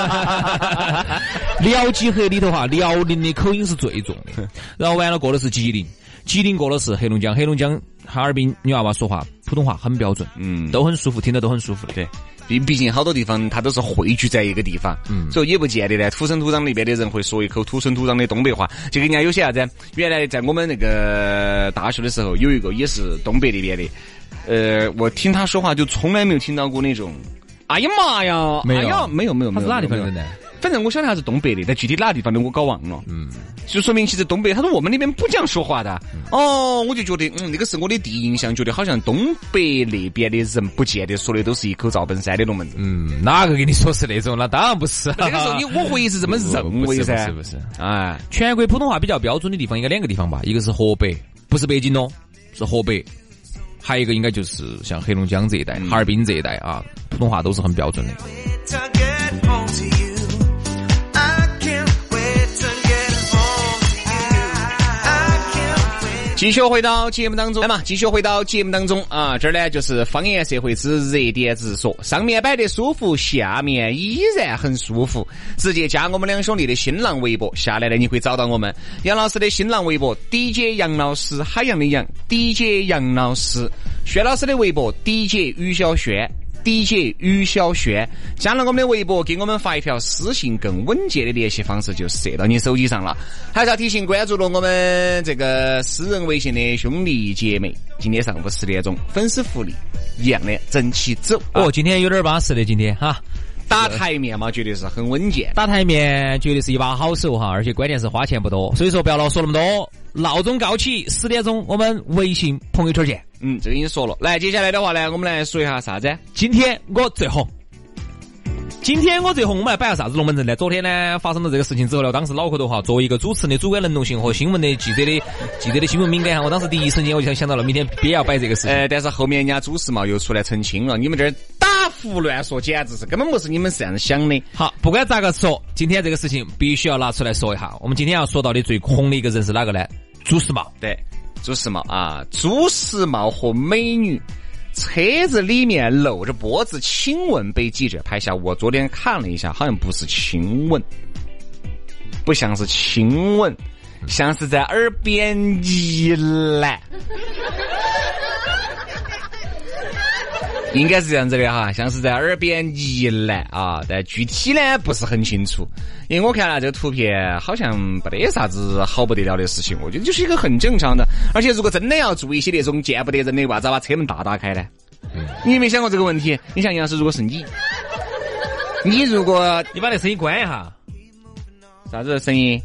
辽吉黑里头哈，辽宁的口音是最重的，然后完了过的是吉林。吉林过的是黑龙江，黑龙江哈尔滨女娃娃说话普通话很标准，嗯，都很舒服，听得都很舒服的。 对，毕毕竟好多地方它都是汇聚在一个地方，嗯，所以也不见得呢，土生土长那边的人会说一口土生土长的东北话。就跟人家有些啥子，原来在我们那个大学的时候，有一个也是东北那边的，呃，我听他说话就从来没有听到过那种，哎呀妈呀， 没有， 哎呀，没有没有没有， 他是哪地方人呢？ 反正我晓得他是东北的，但具体哪个地方的我搞忘了。嗯，就说明其实东北，他说我们那边不这样说话的。嗯、哦，我就觉得，嗯，那个是我的第一印象，觉得好像东北那边的人不见得说的都是一口赵本山的龙门阵。 嗯，哪个跟你说是那种？那当然不是。 那个时候你我会是这么认为噻？ 不是不是。哎，全国普通话比较标准的地方应该两个地方吧，一个是河北，不是北京哦，是河北。还有一个应该就是像黑龙江这一带、嗯、哈尔滨这一带啊，普通话都是很标准的。 继续回到节目当中来嘛，继续回到节目当中啊，这儿呢就是方言社会之热点直说，上面摆的舒服，下面依然很舒服。直接加我们两兄弟的新浪微博，下来呢你会找到我们杨老师的新浪微博 D J 杨老师，海洋的杨 D J 杨老师，薛老师的微博 D J 于小轩 D J 于小轩，加了我们的微博，给我们发一条私信，更稳健的联系方式就射到你手机上了。还是要提醒关注了我们这个私人微信的兄弟姐妹，今天上午十点钟粉丝福利一样的整齐走。 哦，今天有点巴适的，今天哈。 打台面嘛，绝对是很稳健。 打台面绝对是一把好手哈，而且关键是花钱不多，所以说不要老说那么多。闹钟告起，十点钟我们微信朋友圈见。 嗯，这个已经说了。来，接下来的话呢，我们来说一下啥子？ 今天我最红。今天我最红，我们来摆下啥子龙门阵呢？昨天呢发生了这个事情之后呢，当时脑壳的话，作为一个主持人的主观能动性和新闻的记者的记者的新闻敏感，我当时第一瞬间我就想想到了明天必要摆这个事情。 呃，但是后面人家主持嘛又出来澄清了，你们这儿打胡乱说，简直是根本不是你们这样想的。 好，不管咋个说，今天这个事情必须要拿出来说一下。我们今天要说到的最红的一个人是哪个呢？朱时茂。 对，朱时茂啊，朱时茂和美女。车子里面露着脖子亲吻被记者拍下，我昨天看了一下，好像不是亲吻，不像是亲吻，像是在耳边一揽，应该是这样子的哈，像是在耳边一揽啊，但具体呢不是很清楚，因为我看了这个图片，好像没得啥子好不得了的事情，我觉得就是一个很正常的，而且如果真的要做一些那种见不得人的，为啥子把车门大打开呢？嗯、你有没有想过这个问题？你想杨老师，如果是你，你如果你把那声音关一下， 啥子声音？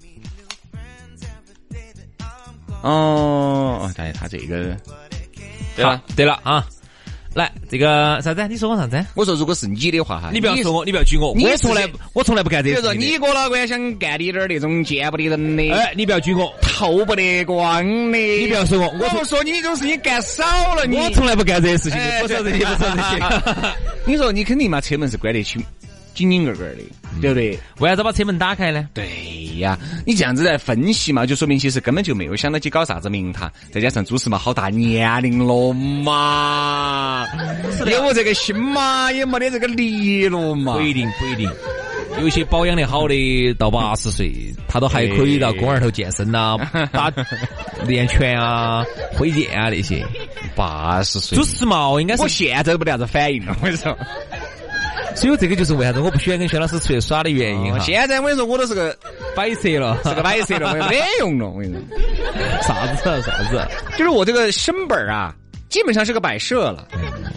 哦，对，他这个对了， 对了啊。来，这个啥子？你说我啥子？ 我说，如果是你的话哈， 你不要说我，你不要举我，我从来我从来不干这个。 比如说，你哥老倌想干你点儿那种见不得人的， 哎，你不要举我， 透不得光的， 你不要说我， 我不说你这种事情干少了，你我从来不干这些事情，不说这些，不说这些。 你说你肯定嘛，车门是关得紧紧紧个个的，对不对？ 为啥子把车门打开呢？ 对呀，你这样子来分析嘛，就说明其实根本就没有想到去搞啥子名堂，再加上朱时茂好大年龄了嘛，有这个心嘛，也没得这个力了嘛。 不一定，不一定。有些保养的好的到八十岁，他都还可以到公园头健身呐、啊，打练拳啊、挥剑啊那些。 八十岁， 朱时茂应该是我现在都不得啥子反应了，我跟你说。 所以这个就是为啥子我不喜欢跟薛老师出去耍的原因哈。 哦、现在我跟你说，我都是个摆设了， 是个摆设了，没用了。我跟你说， 啥子啊啥子？ 就是我这个身本啊，基本上是个摆设了。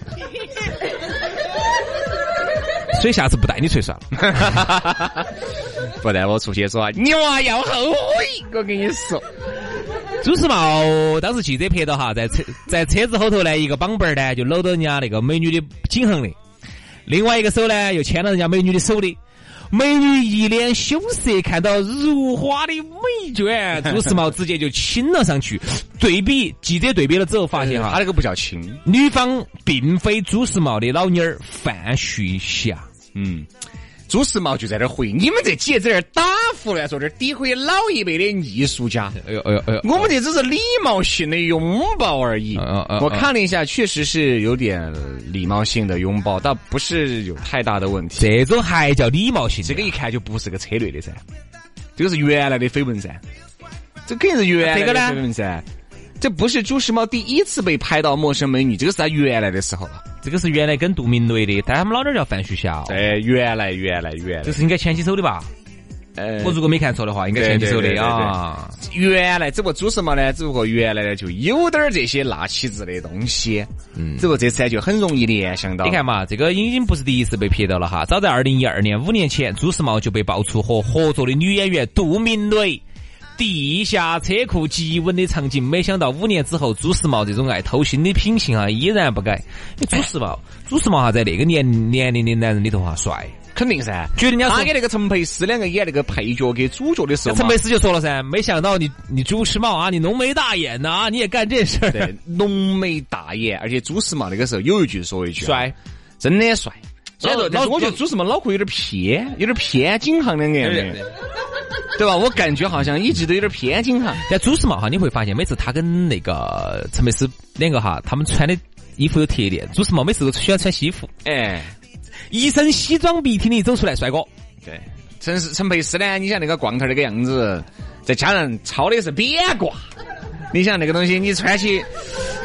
所以下次不带你出去耍了。 不带我出去耍，你娃要后悔。我跟你说， 朱时茂当时记者拍到哈，在车在车子后头呢，一个绑本呢就搂到人家那个美女的颈项的。另外一个手呢，又牵到人家美女的手里，美女一脸羞涩，看到如花的美眷，朱时茂直接就亲了上去。对比记者对比了之后，发现哈， 他那个不叫亲， 女方并非朱时茂的老妞儿范旭霞。 嗯，朱时茂就在这回，你们这几个在这打胡乱说，这诋毁老一辈的艺术家。 哎呦哎呦哎呦， 我们这只是礼貌性的拥抱而已。 嗯嗯、 我看了一下，确实是有点礼貌性的拥抱，倒不是有太大的问题。 这种还叫礼貌性？ 这个一看就不是个车内的噻，这个是原来的绯闻噻，这肯定是原来的绯闻噻。这不是朱时茂第一次被拍到陌生美女，这个是他原来的时候了。 这个是原来跟杜明雷的，但他们老点叫范旭霞。 对，原来原来原来， 这是应该牵起手的吧？呃，我如果没看错的话，应该牵起手的啊。 原来只不过朱时茂呢，只不过原来呢就有点这些辣气质的东西，嗯，只不过这次就很容易联想到。 你看嘛，这个已经不是第一次被拍到了哈。早在二零一二年，五年前，朱时茂就被爆出和合作的女演员杜明雷地下车库激吻的场景，没想到五年之后，朱时茂这种爱偷腥的品性啊依然不改。朱时茂，朱时茂哈在那个年年龄的男人里头哈帅。 肯定噻， 觉得人家他给那个陈佩斯两个演那个配角给主角的时候， 陈佩斯就说了噻，没想到你你朱时茂啊，你浓眉大眼呐、啊，你也干这事儿。 对，浓眉大眼，而且朱时茂那个时候有一句说一句， 帅， 真的帅。所以说，但是我觉得朱时茂脑壳有点偏，有点偏景行两个人的，对吧？我感觉好像一直都有点偏景行。 但朱时茂哈，你会发现每次他跟那个陈佩斯两个哈，他们穿的衣服有特点。朱时茂每次都喜欢穿西服， 哎。 一身西装笔挺的走出来，帅哥。 对，陈陈佩斯呢？你想那个光头那个样子，再加上抄的是扁褂，你想那个东西，你穿起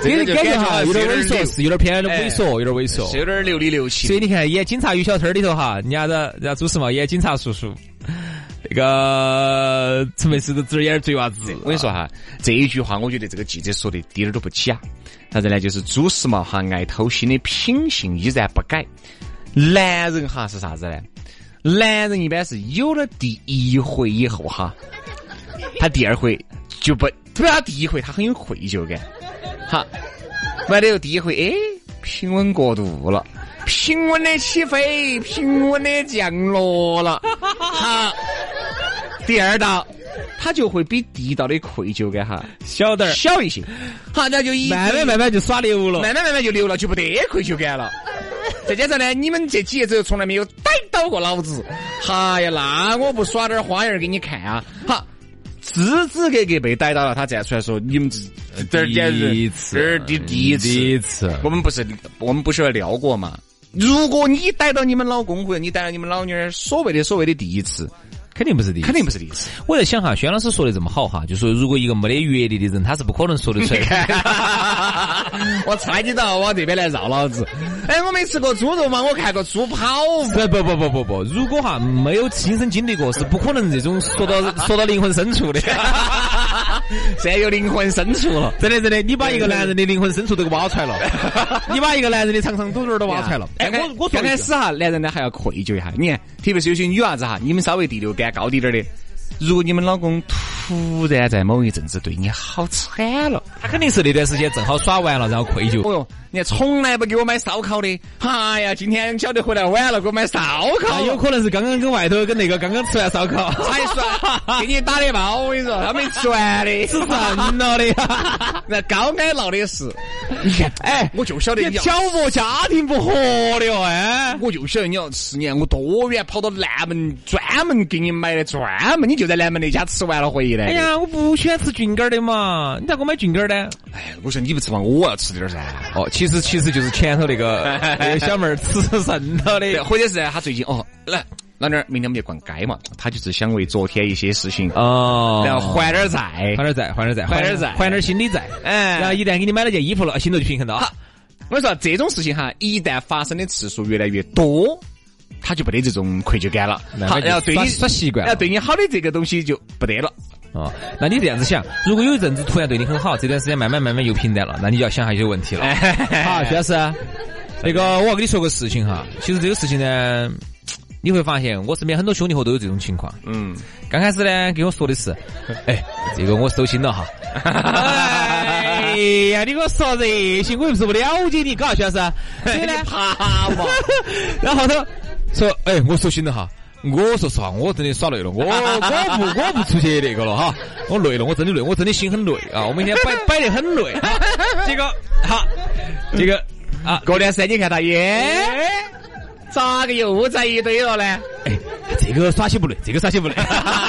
这个感觉哈有点猥琐，是有点偏猥琐，有点猥琐， 是有点流里流气。 所以你看演警察与小偷里头哈，人家的人家朱时茂演警察叔叔，那个陈佩斯的侄儿演嘴娃子。 我跟你说哈，这一句话我觉得这个记者说的一点都不假。啥子呢？就是朱时茂哈爱偷腥的品性依然不改。男人哈是啥子呢？男人一般是有了第一回以后哈，他第二回就不，对他第一回他很有愧疚感。哈，完了以后第一回哎平稳过渡了，平稳的起飞，平稳的降落了。哈，第二道他就会比第一道的愧疚感哈小点小一些。好，那就一慢慢慢慢就耍流了， 慢慢慢慢就流了，就不得愧疚感了。再加上呢，你们这几爷子从来没有逮到过老子。哈呀，那我不耍点花样给你看啊！哈，支支格格被逮到了，他站出来说：“你们这第一次， 这第第一次，第一次， 我们不是我们不是聊过吗？如果你逮到你们老公或者你逮到你们老女儿，所谓的所谓的第一次。” 肯定不是第一次， 肯定不是第一次。 我在想哈，轩老师说的这么好哈，就说如果一个没得阅历的人，他是不可能说得出来。 我猜你到我这边来绕老子。哎，我没吃过猪肉嘛，我看过猪跑。 不不不不不不，如果哈没有亲身经历过，是不可能这种说到说到灵魂深处的。 现在有灵魂深处了， 真的真的，你把一个男人的灵魂深处都挖出来了，你把一个男人的长长短短都挖出来了。 哎，我我刚开始哈，男人呢还要愧疚一下。你看，特别是有些女娃子哈，你们稍微第六感高低点的，如果你们老公突然在某一阵子对你好惨了， 他肯定是那段时间正好耍完了，然后愧疚。 哦哟，你看从来不给我买烧烤的，哎呀，今天晓得回来晚了给我买烧烤， 有可能是刚刚跟外头跟那个刚刚吃完烧烤才算给你打的包。我跟你说，他没吃完的， 是真了的。 那高矮闹的是，你看，哎，我就晓得你挑拨家庭不和的哦，哎， 我就晓得你要吃年，我多远跑到南门专门给你买的，专门你就在南门那家吃完了回来。 哎呀，我不喜欢吃菌干的嘛，你咋给我买菌干呢？ 哎，我说你不吃嘛，我要吃点噻。 哦，其实其实就是前头那个那个小妹儿吃剩了的， 或者是他最近哦来。那点明天我们就逛街嘛，他就是想为昨天一些事情哦， 然后还点债， 还点债，还点债， 还点债， 还点心理债。哎，然后一旦给你买了件衣服了，心头就平衡到。 我说这种事情哈，一旦发生的次数越来越多，他就不得这种愧疚感了。好，然后对你耍习惯， 然后对你好的这个东西就不得了。 哦，那你这样子想，如果有一阵子突然对你很好，这段时间慢慢慢慢又平淡了，那你就要想下一些问题了。好，徐老师，那个我要跟你说个事情哈，其实这个事情呢。你会发现，我身边很多兄弟伙都有这种情况。 嗯， 刚开始呢，跟我说的是，哎，这个我收心了哈。哎呀，你给我说这些，我又不是不了解你，搞啥子啊？所以呢， 怕嘛。 然后后头说，哎，我收心了哈。我说实话，我真的耍累了，我我不我不出去那个了哈，我累了，我真的累，我真的心很累啊，我每天摆摆得很累。这个好，这个啊， 过段时间你看他耶。咋个又在一堆了呢？ 哎，这个耍起不累，这个耍起不累。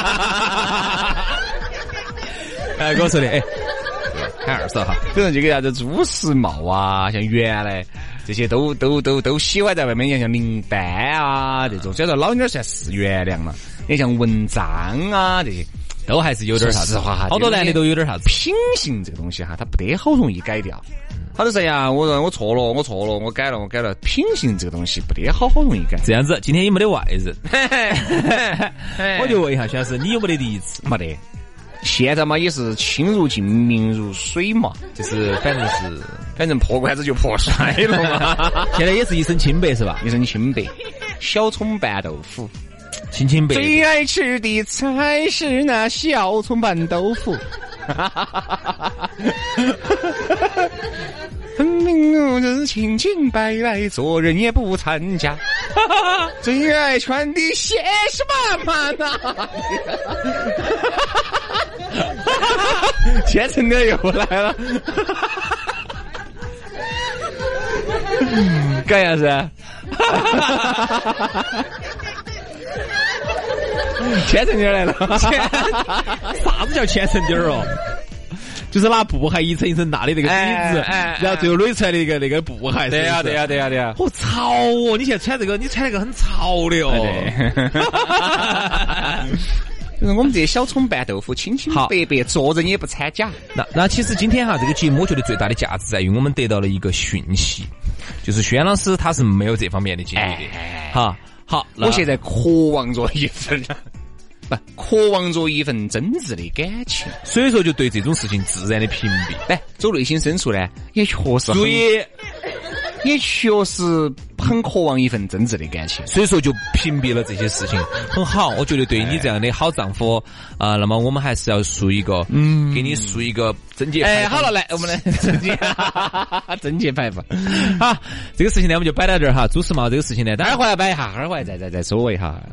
哎，跟我说的，哎，看二嫂哈， 比如这个啥子朱时茂啊，像原来这些都都都都喜欢在外面，像林丹啊这种，虽然说老妞算是原谅了，也像文章啊这些， 都还是有点啥子话哈， 好多男的都有点啥子品性这个东西哈，它不得好容易改掉。他就说呀，我说我错了，我错了，我改了，我改了。品性这个东西不得好好容易改。 这样子，今天也没得外人，我就问一下，徐老师，你有没得第一次？ 没得。现在嘛也是亲如镜，明如水嘛， 就是反正是反正破罐子就破摔了嘛。 现在也是一身清白是吧？ 一身清白，小葱拌豆腐， 清清白。 最爱吃的才是那小葱拌豆腐。分明我是清清白白，做人也不参加。最爱穿的鞋是妈妈的。千层的又来了。干啥子？千层底来了。 啥子叫千层底哦？就是拿布还一层一层大的那个底子， 哎哎、 然后最后垒出来的一个那个布还是。 对呀、啊、对呀、啊、对呀、啊、对呀、啊。 好潮哦！你现在穿这个，你穿那个很潮的哦。 我们这些小葱拌豆腐，清清白白，做人也不掺假。 那那其实今天哈，这个节目我觉得最大的价值在于我们得到了一个讯息，就是轩老师他是没有这方面的经历的。哎、好，好， 我现在渴望着一份。不，渴望着一份真挚的感情， 所以说就对这种事情自然的屏蔽。 哎，走内心深处呢，也确实很，也确实很渴望一份真挚的感情， 所以说就屏蔽了这些事情，很好。我觉得对你这样的好丈夫啊、呃，那么我们还是要竖一个，嗯，给你竖一个贞节牌坊。 哎，好了，来，我们来贞节，贞节牌坊。 好，这个事情呢，我们就摆到这儿哈。朱时茂这个事情呢， 待会儿来摆一下，待会儿再再再说一下。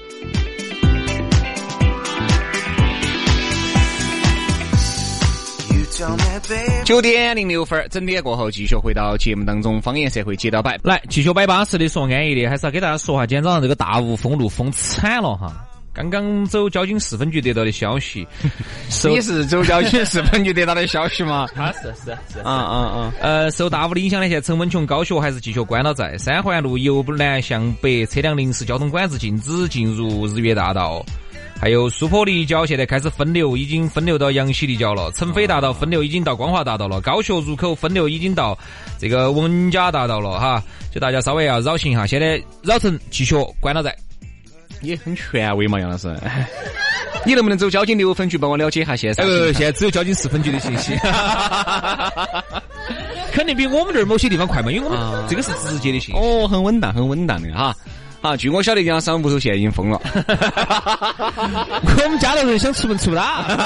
九点零六分，整点过后继续回到节目当中，方言社会接到摆， 来继续摆巴适的说安逸的，还是要给大家说下，今天早上这个大雾封路封惨了哈。刚刚走交警市分局得到的消息， 你是走交警市分局得到的消息吗？ 他是是是， 啊啊啊！ 呃，受大雾的影响呢，现在陈文琼高学还是继续关了在，三环路由南向北车辆临时交通管制，禁止进入日月大道。还有苏坡立交现在开始分流，已经分流到杨溪立交了，成飞大道分流已经到光华大道了，高学入口分流已经到这个文家大道了哈，就大家稍微要绕行哈。现在绕城继续关了在， 也很权威嘛，杨老师。你能不能走交警六分局帮我了解一下现在？ 呃，现在只有交警四分局的信息，肯定比我们这儿某些地方快嘛，因为我们这个是直接的信息。 哦，很稳当，很稳当的哈。啊，据我晓得，杨商务所现在已经封了。 我们家的人想出门出不到。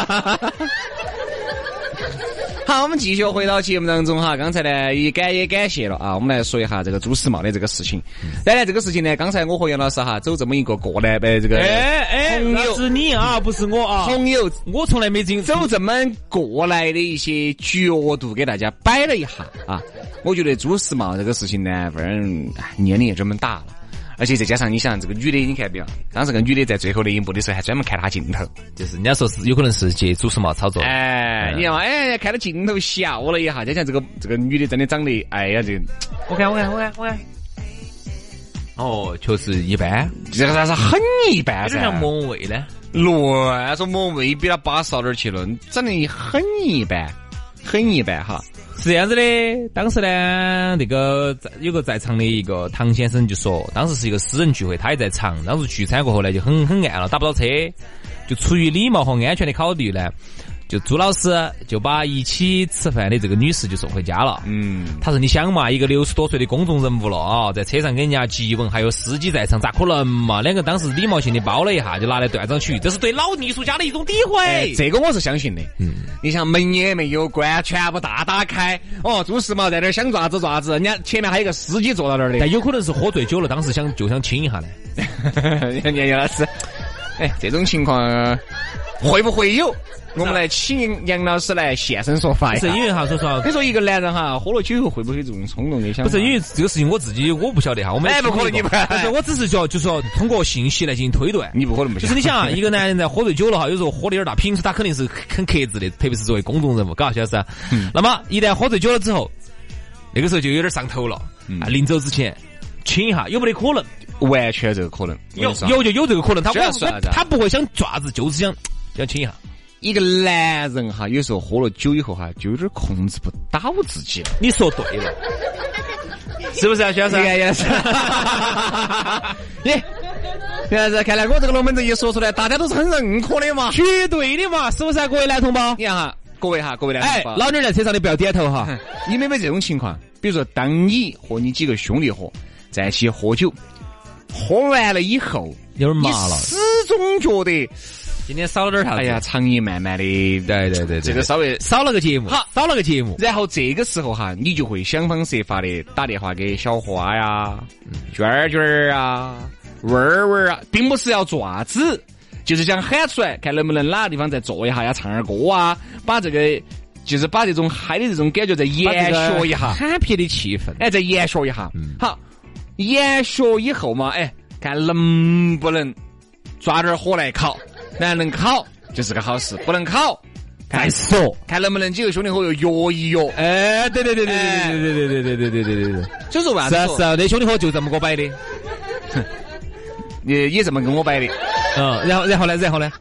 好，我们继续回到节目当中哈。刚才呢，也感也感谢了啊。我们来说一下这个朱时茂的这个事情。当然，这个事情呢，刚才我和杨老师哈走这么一个过来呗，这个哎哎，那是你啊，不是我啊。 朋友， 我从来没经走这么过来的一些角度给大家摆了一下啊。我觉得朱时茂这个事情呢，反正年龄也这么大了。而且再加上你想这个女的，你看没有？当时这个女的在最后那一步的时候还专门看她镜头， 就是人家说是有可能是借朱时茂操作。 哎，你看嘛，哎，看到镜头笑了一下，加上这个这个女的真的长得，哎呀，这我看我看我看我看，哦，确实一般， 这个啥是很一般噻， 有点像莫文蔚呢。 乱说莫文蔚比他巴适到哪儿去了？长得很一般，很一般哈。 是这样子的，当时呢，那个有个在场的一个唐先生就说，当时是一个私人聚会，他也在场。当时聚餐过后呢，就很很暗了，打不到车，就出于礼貌和安全的考虑呢，就朱老师就把一起吃饭的这个女士就送回家了。嗯，他说你想嘛，一个六十多岁的公众人物了啊，在车上跟人家激吻，还有司机在场，咋可能嘛？两个当时礼貌性的包了一下，就拿来断章取义，这是对老艺术家的一种诋毁。 哎，这个我是相信的。嗯，你想门也没有关，全部大打开，哦，朱时茂在那儿想爪子爪子，人家前面还有一个司机坐到那儿的， 但有可能是喝醉酒了，当时想就想亲一下呢。 杨老师，哎，这种情况会不会有？我们来请杨老师来现身说法一下。 不是因为哈，说实话， 你说一个男人哈，喝了酒以后会不会有这种冲动的想法？ 不是因为这个事情我自己我不晓得哈，我没。 哎，不可能，你不可能。 我只是说，就是说通过信息来进行推断。 你不可能不。 就是你想啊，一个男人在喝醉酒了哈，有时候喝的有点大，平时他肯定是很克制的，特别是作为公众人物，搞晓得是。嗯。那么一旦喝醉酒了之后，那个时候就有点上头了。嗯。临走之前亲一下，有没得可能？ 完全这个可能。 有有就有这个可能，他他不会想爪子，就是想想亲一下。 一个男人哈，有时候喝了酒以后哈，就有点控制不到自己了。 你说对了，是不是啊，先生？ 也是。耶，现在看来我这个龙门阵一说出来，大家都是很认可的嘛， 绝对的嘛，是不是啊，各位男同胞？ 你看哈，各位哈，各位男同胞， 哎，老娘在车上你不要点头哈。 你有没有这种情况？比如说，当你和你几个兄弟伙在一起喝酒，喝完了以后， 有点麻了， 始终觉得。 今天少了点啥子？ 哎呀，长夜漫漫的， 对对对， 这个稍微少了个节目，好，少了个节目。 然后这个时候哈，你就会想方设法的打电话给小花呀、娟儿娟儿啊、文儿文儿啊，并不是要做啥子，就是想喊出来，看能不能哪个地方再坐一下呀，唱儿歌啊，把这个就是把这种嗨的这种感觉再延续一下 ，happy的气氛， 哎，再延续一下。嗯、好，延续以后嘛，哎，看能不能抓点火来烤。那能烤就是个好事，不能烤再说， 看能不能几个兄弟伙又约一约。 哎，对对对对对对对对对对对对对对对， 就说完。 是啊是啊，那兄弟伙就这么给我摆的， 也也这么跟我摆的。 嗯，然后然后呢，然后呢，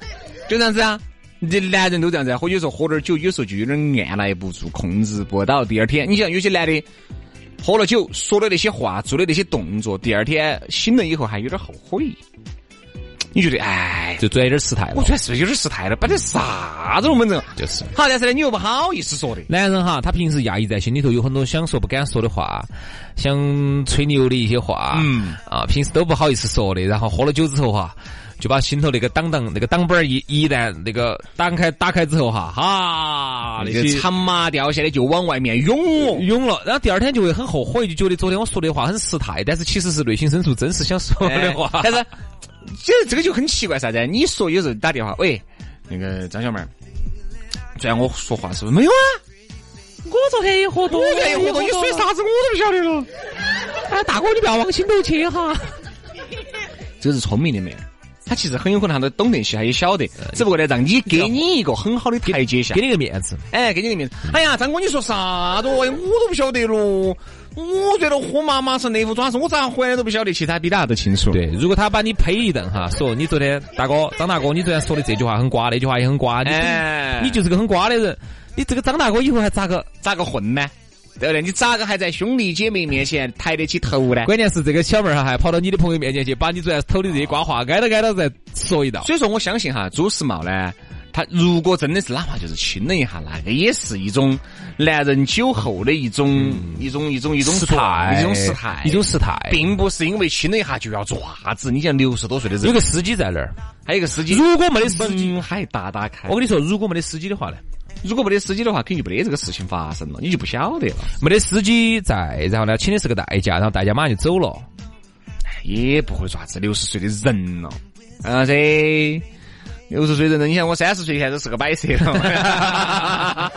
就这样子啊。这男人都这样子，或者说喝点酒，有时候就有点按捺不住，控制不到。第二天，你想有些男的喝了酒，说的那些话，做的那些动作，第二天醒了以后还有点后悔。你觉得，哎， 就有点失态了。 我觉得是有点失态了，摆的啥子我们这就是。 好，但是呢，你又不好意思说的。 男人哈，他平时压抑在心里头，有很多想说不敢说的话，想吹牛的一些话，嗯啊，平时都不好意思说的。然后喝了酒之后哈。就把心头那个档档那个档本一一旦那个打开打开之后哈，哈， 那个长麻掉下来就往外面涌涌了，然后第二天就会很后悔，就觉得昨天我说的话很失态，但是其实是内心深处真是想说的话。 哎、但是这这个就很奇怪啥子？你说有时候打电话，喂，那个张小妹儿，昨天我说话是不是没有啊？ 我昨天也喝多， 我昨天也喝多，你说啥子我都不晓得了。 哎，大哥你不要往心头去哈。 这是聪明的妹儿。他其实很有可能他都懂得些，他也晓得，只不过呢，让你给你一个很好的台阶下， 给你个面子， 哎，给你个面子。哎呀，张哥，你说啥子？我都不晓得咯。我觉得喝麻麻是内服装是我咋回来都不晓得，其他比大家都清楚。 对，如果他把你呸一顿哈，说你昨天大哥张大哥，你昨天说的这句话很瓜，那句话也很瓜，你、哎、你就是个很瓜的人，你这个张大哥以后还咋个咋个混呢？对不对？你咋个还在兄弟姐妹面前抬得起头呢？ 关键是这个小妹儿还跑到你的朋友面前去，把你昨天偷的这些瓜话挨到挨到再说一道。 所以说，我相信哈，朱时茂呢，他如果真的是哪怕就是亲了一下，那个也是一种男人酒后的一种、嗯、一种一种一种失态， 一种失态， 一种失态， 并不是因为亲了一下就要做啥子。你像六十多岁的人， 有个司机在那儿， 还有一个司机， 如果没得司机， 门还大大开。 我跟你说，如果没得司机的话呢？ 如果没得司机的话，肯定就没得这个事情发生了，你就不晓得了。 没得司机在，然后呢，请的是个代驾，然后代驾马上就走了， 也不会做啥子。六十岁的人了，啊这六十岁的人，你看我三十岁现在都是个摆设了。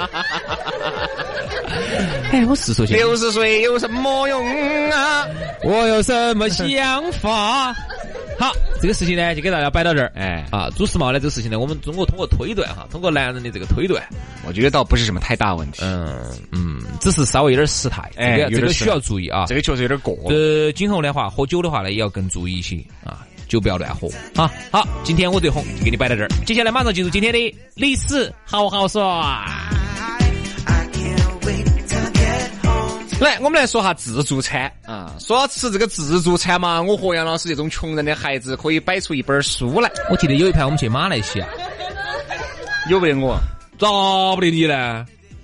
哎，我是说， 六十岁有什么用啊？ 我有什么想法？好，这个事情呢，就给大家摆到这儿。哎，啊，朱时茂呢，这个事情呢，我们中国通过推断哈，通过男人的这个推断， 我觉得倒不是什么太大问题。 嗯嗯，只是稍微有点失态， 哎、 这个这个需要注意啊。 这个确实有点过。 呃，今后的话，喝酒的话呢，也要更注意一些啊，酒不要乱喝。好，好，今天我最红就给你摆到这儿，接下来马上进入今天的历史好好说。 来，我们来说下自助餐啊。说到吃这个自助餐嘛，我和杨老师这种穷人的孩子可以摆出一本书来。 我记得有一盘我们去马来西亚， 有不得我？ 咋不得你呢？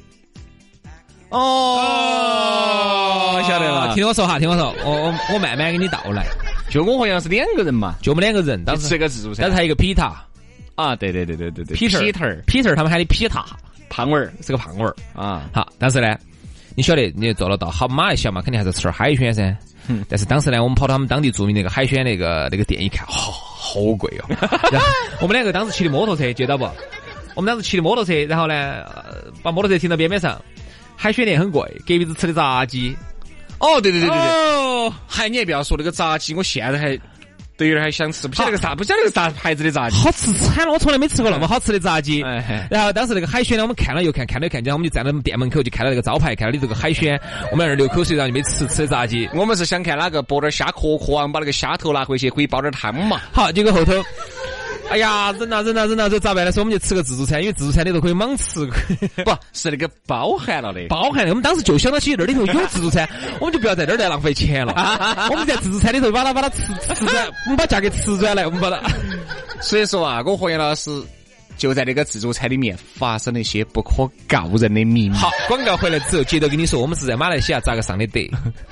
哦，晓得了。 听我说哈，听我说，我我我慢慢给你道来。 就我和杨是两个人嘛， 就我们两个人，当时吃个自助餐， 但是还有一个皮塔啊，对对对对对对 ，Peter Peter 他们喊的皮塔， 胖娃儿是个胖娃儿啊。 好，但是呢。你晓得，你做了到好马来西亚嘛，肯定还是吃点海鲜噻。嗯，但是当时呢，我们跑到他们当地著名那个海鲜那个那个店一看，好、哦、好贵哦。我们两个当时骑的摩托车，记得不？我们当时骑的摩托车，然后呢，呃、把摩托车停到边边上。海鲜店很贵，隔壁子吃的炸鸡。 哦，对对对对对。哦，还你也不要说那个炸鸡，我现在还。对有点还想吃，不晓得个啥，不晓得个啥牌子的炸鸡， 好吃惨了！我从来没吃过那么好吃的炸鸡。哎、然后当时那个海鲜呢，我们看了又看，看了又看，然后我们就站在店门口，就看到那个招牌，看到你这个海鲜，我们在那流口水，然后就没吃吃炸鸡。 我们是想看哪个剥点虾壳壳啊，我们把那个虾头拿回去，可以煲点汤嘛。 好，结果后头，哎呀，忍呐忍呐忍呐，这咋办呢？所以我们就吃个自助餐，因为自助餐里头可以莽吃， 不是那个包含了的， 包含的。我们当时就想到起那里头有自助餐，我们就不要在那儿再浪费钱了。我们在自助餐里头把它把它吃吃转，我们把价格吃转来，我们把它。 所以说啊，我和杨老师就在那个自助餐里面发生了一些不可告人的秘密。 好，广告回来之后，接着跟你说，我们是在马来西亚咋个上的得。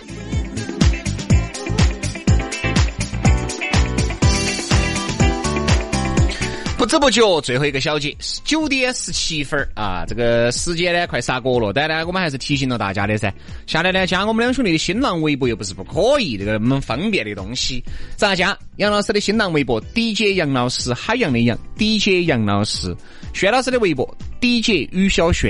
不知不觉最后一个小节九点十七分啊，这个时间呢快杀过了，但呢我们还是提醒了大家的噻，下来呢加我们两兄弟的新浪微博又不是不可以，这个我们方便的东西咋加？杨老师的新浪微博 D J 杨老师，海洋的洋 D J 杨老师，轩老师的微博 D J 于小轩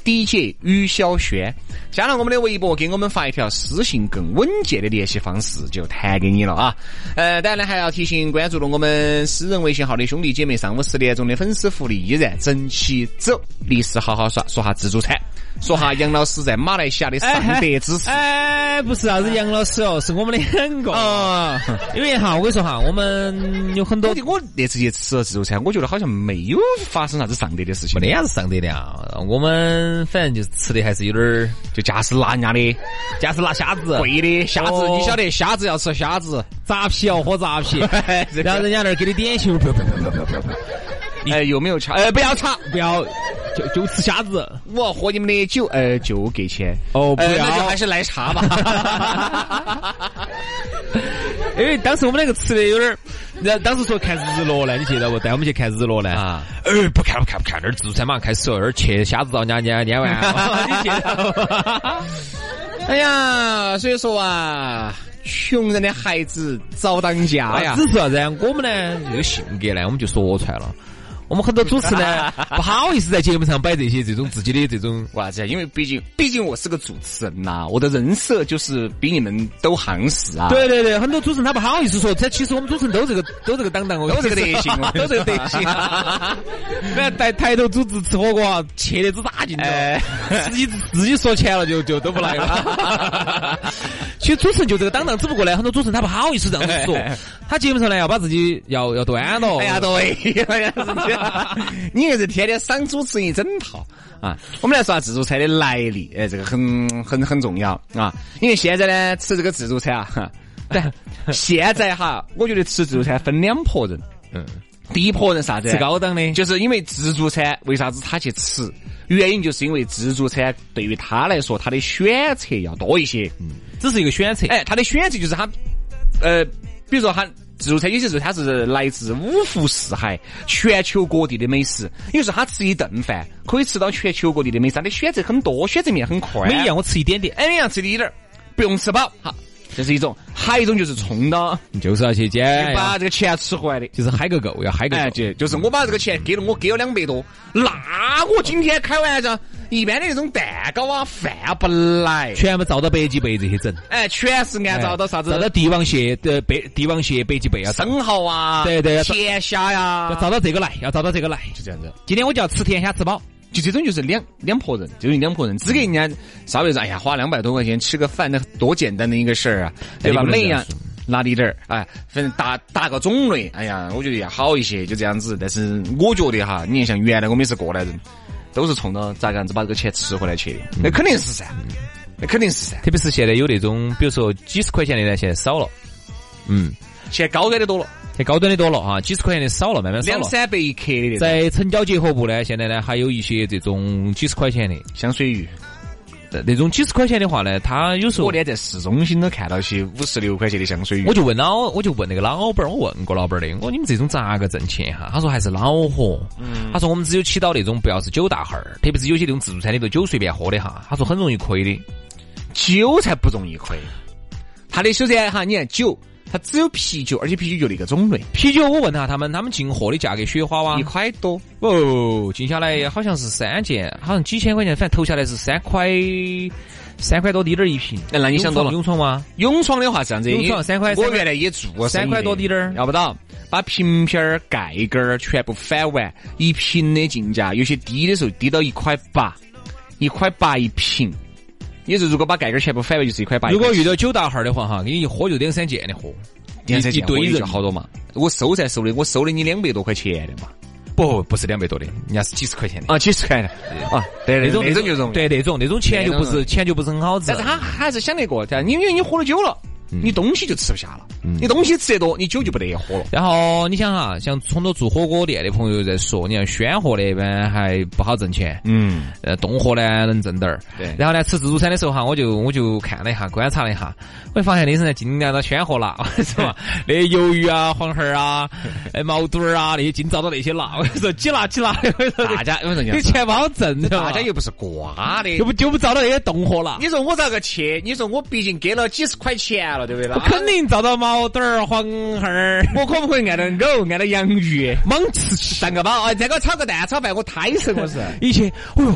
D J 于小轩，加了我们的微博，给我们发一条私信更稳健的联系方式，就弹给你了啊。呃，当然呢还要提醒关注了我们私人微信号的兄弟姐妹，上午十点钟的粉丝福利依然整齐走，历史好好耍，说下自助餐，说下杨老师在马来西亚的上德之事。 哎，哎不是啥子杨老师哦，是我们两个啊。因为哈，我跟你说哈，我们有很多， 我那次去吃了自助餐，我觉得好像没有发生啥子上德的事情， 没得啥子上德的啊。我们反正就是吃的还是有点儿， 就假是拿人家的， 假是拿虾子， 贵的虾子，哦、你晓得虾子要吃虾子， 杂皮要喝杂皮，然后人家那儿给你点心，不要不要不要不要不要， 哎有没有查？呃不要查， 不要就就吃虾子， 我喝你们的酒，呃就给钱哦，不要、呃、 那就还是来茶吧。 因为当时我们两个吃的有点，然后当时说看日落呢，你记得不？带我们去看日落呢。啊，呃，不看不看不看，那儿自助餐马上开始了，那儿切虾子到人家捏完。你记得？ 哎呀，所以说啊，穷人的孩子早当家呀。 只是啥子？我们呢这个性格呢，我们就说出来了。我们很多主持呢不好意思在节目上摆这些这种自己的这种为啥子？因为毕竟毕竟我是个主持人呐、啊，我的人设就是比你们都行实啊。 对对对，很多主持人他不好意思说，他其实我们主持人都这个都这个当当， 都这个德行， 都这个德行。那带抬头组织吃火锅，切的只大劲了，自己自己说钱了就就都不来了。其实主持人就这个当当，只不过呢，很多主持人他不好意思这样子说，他节目上呢要把自己要要端到。 哎呀，对，你也是天天赏主持人一整套啊！我们来说下自助餐的来历，哎，这个很很很重要啊！因为现在呢，吃这个自助餐啊，哈，对，现在哈，我觉得吃自助餐分两拨人，嗯，第一拨人啥子？ 吃高档的， 就是因为自助餐为啥子他去吃？原因就是因为自助餐对于他来说，他的选择要多一些， 嗯，只是一个选择， 哎，他的选择就是他，呃，比如说他。自助餐有些时候它是来自五湖四海、全球各地的美食，有时候他吃一顿饭可以吃到全球各地的美食，他的选择很多，选择面很宽。 每样我吃一点点， 哎，每样吃一点点，不用吃饱。好，这是一种，还有一种就是冲到， 就是要去捡， 把这个钱吃回来的， 就是嗨个够，要嗨个够。 哎，就就是我把这个钱给了我，给了两百多，那我今天开玩笑。一般的那种蛋糕啊、饭啊不来， 全部照到白吉贝这些整， 哎，全是按照到啥子？ 照到帝王蟹的白帝王蟹白吉贝啊， 生蚝啊， 对对， 甜虾呀， 要照到这个来，要照到这个来， 就这样子。 今天我就要吃甜虾吃饱， 就这种就是两两拨人，就是两拨人，只给人家稍微说，哎呀，花两百多块钱吃个饭，那多简单的一个事儿啊，对吧？每样拿一点儿，哎，反正打打个种类，哎呀，我觉得要好一些，就这样子。但是我觉得哈，你像原来我们也是过来人。都是冲着咋个样子把这个钱吃回来去的，那肯定是噻，那肯定是噻。 特别是现在有那种，比如说几十块钱的呢，现在少了，嗯， 现在高端的多了， 现在高端的多了哈，几十块钱的少了，慢慢少了。 两三百一克的。 在城郊结合部呢，现在呢还有一些这种几十块钱的香水鱼。 那种几十块钱的话呢，他有时候我连在市中心都看到些五十六块钱的香水鱼。 我就问老，我就问那个老板，我问过老板的，我说你们这种咋个挣钱哈？他说还是恼火。嗯，他说我们只有起到那种不要是酒大号儿，特别是有些那种自助餐里头酒随便喝的哈，他说很容易亏的。 酒才不容易亏，他的首先哈，你看酒。它只有啤酒，而且啤酒就那个种类。 啤酒我问他，他们他们进货的价格雪花哇， 一块多哦，进下来好像是三件，好像几千块钱，反正投下来是三块三块多滴点一瓶。 那你想多了？ 勇闯吗？ 勇闯的话这样子， 勇闯三块， 我原来也做三块多滴点， 要不到，把瓶瓶儿、盖盖儿全部翻完，一瓶的进价，有些低的时候低到一块八，一块八一瓶。也是如果把盖盖全部翻完就是一块八。 如果遇到九大号的话哈，给你一喝就两三件的喝， 两三件一堆人就好多嘛。我收才收的，我收了你两百多块钱的嘛。 不，不是两百多的，人家是几十块钱的啊，几十块的啊。对， 那种那种就容易， 对那种那种钱就不是钱就不是很好挣。 但是他还是想得过，因为你喝了酒了。你东西就吃不下了，嗯、你东西吃得多，你酒就不得喝了。 然后你想哈，像很多做火锅店的朋友在说，你看鲜货那边还不好挣钱，嗯，呃，冻货呢能挣点儿。对。然后呢，吃自助餐的时候哈，我就我就看了一下，观察了一下，我就发现那时候尽量到鲜货拿，是吧？那鱿鱼啊、黄喉啊、哎毛肚儿啊那些尽找到那些拿，我跟你说，几拿几拿， 大家有人你钱不好挣， 大家又不是刮的， 就不就不找到那些冻货了。 你说我咋个去？你说我毕竟给了几十块钱了。对不对？ 我肯定找到毛肚儿、黄喉儿， 我可不可以按到狗、按到洋芋， 猛吃起蛋个包？哎，这个炒个蛋炒饭，我太神我是。 以前，哎呦，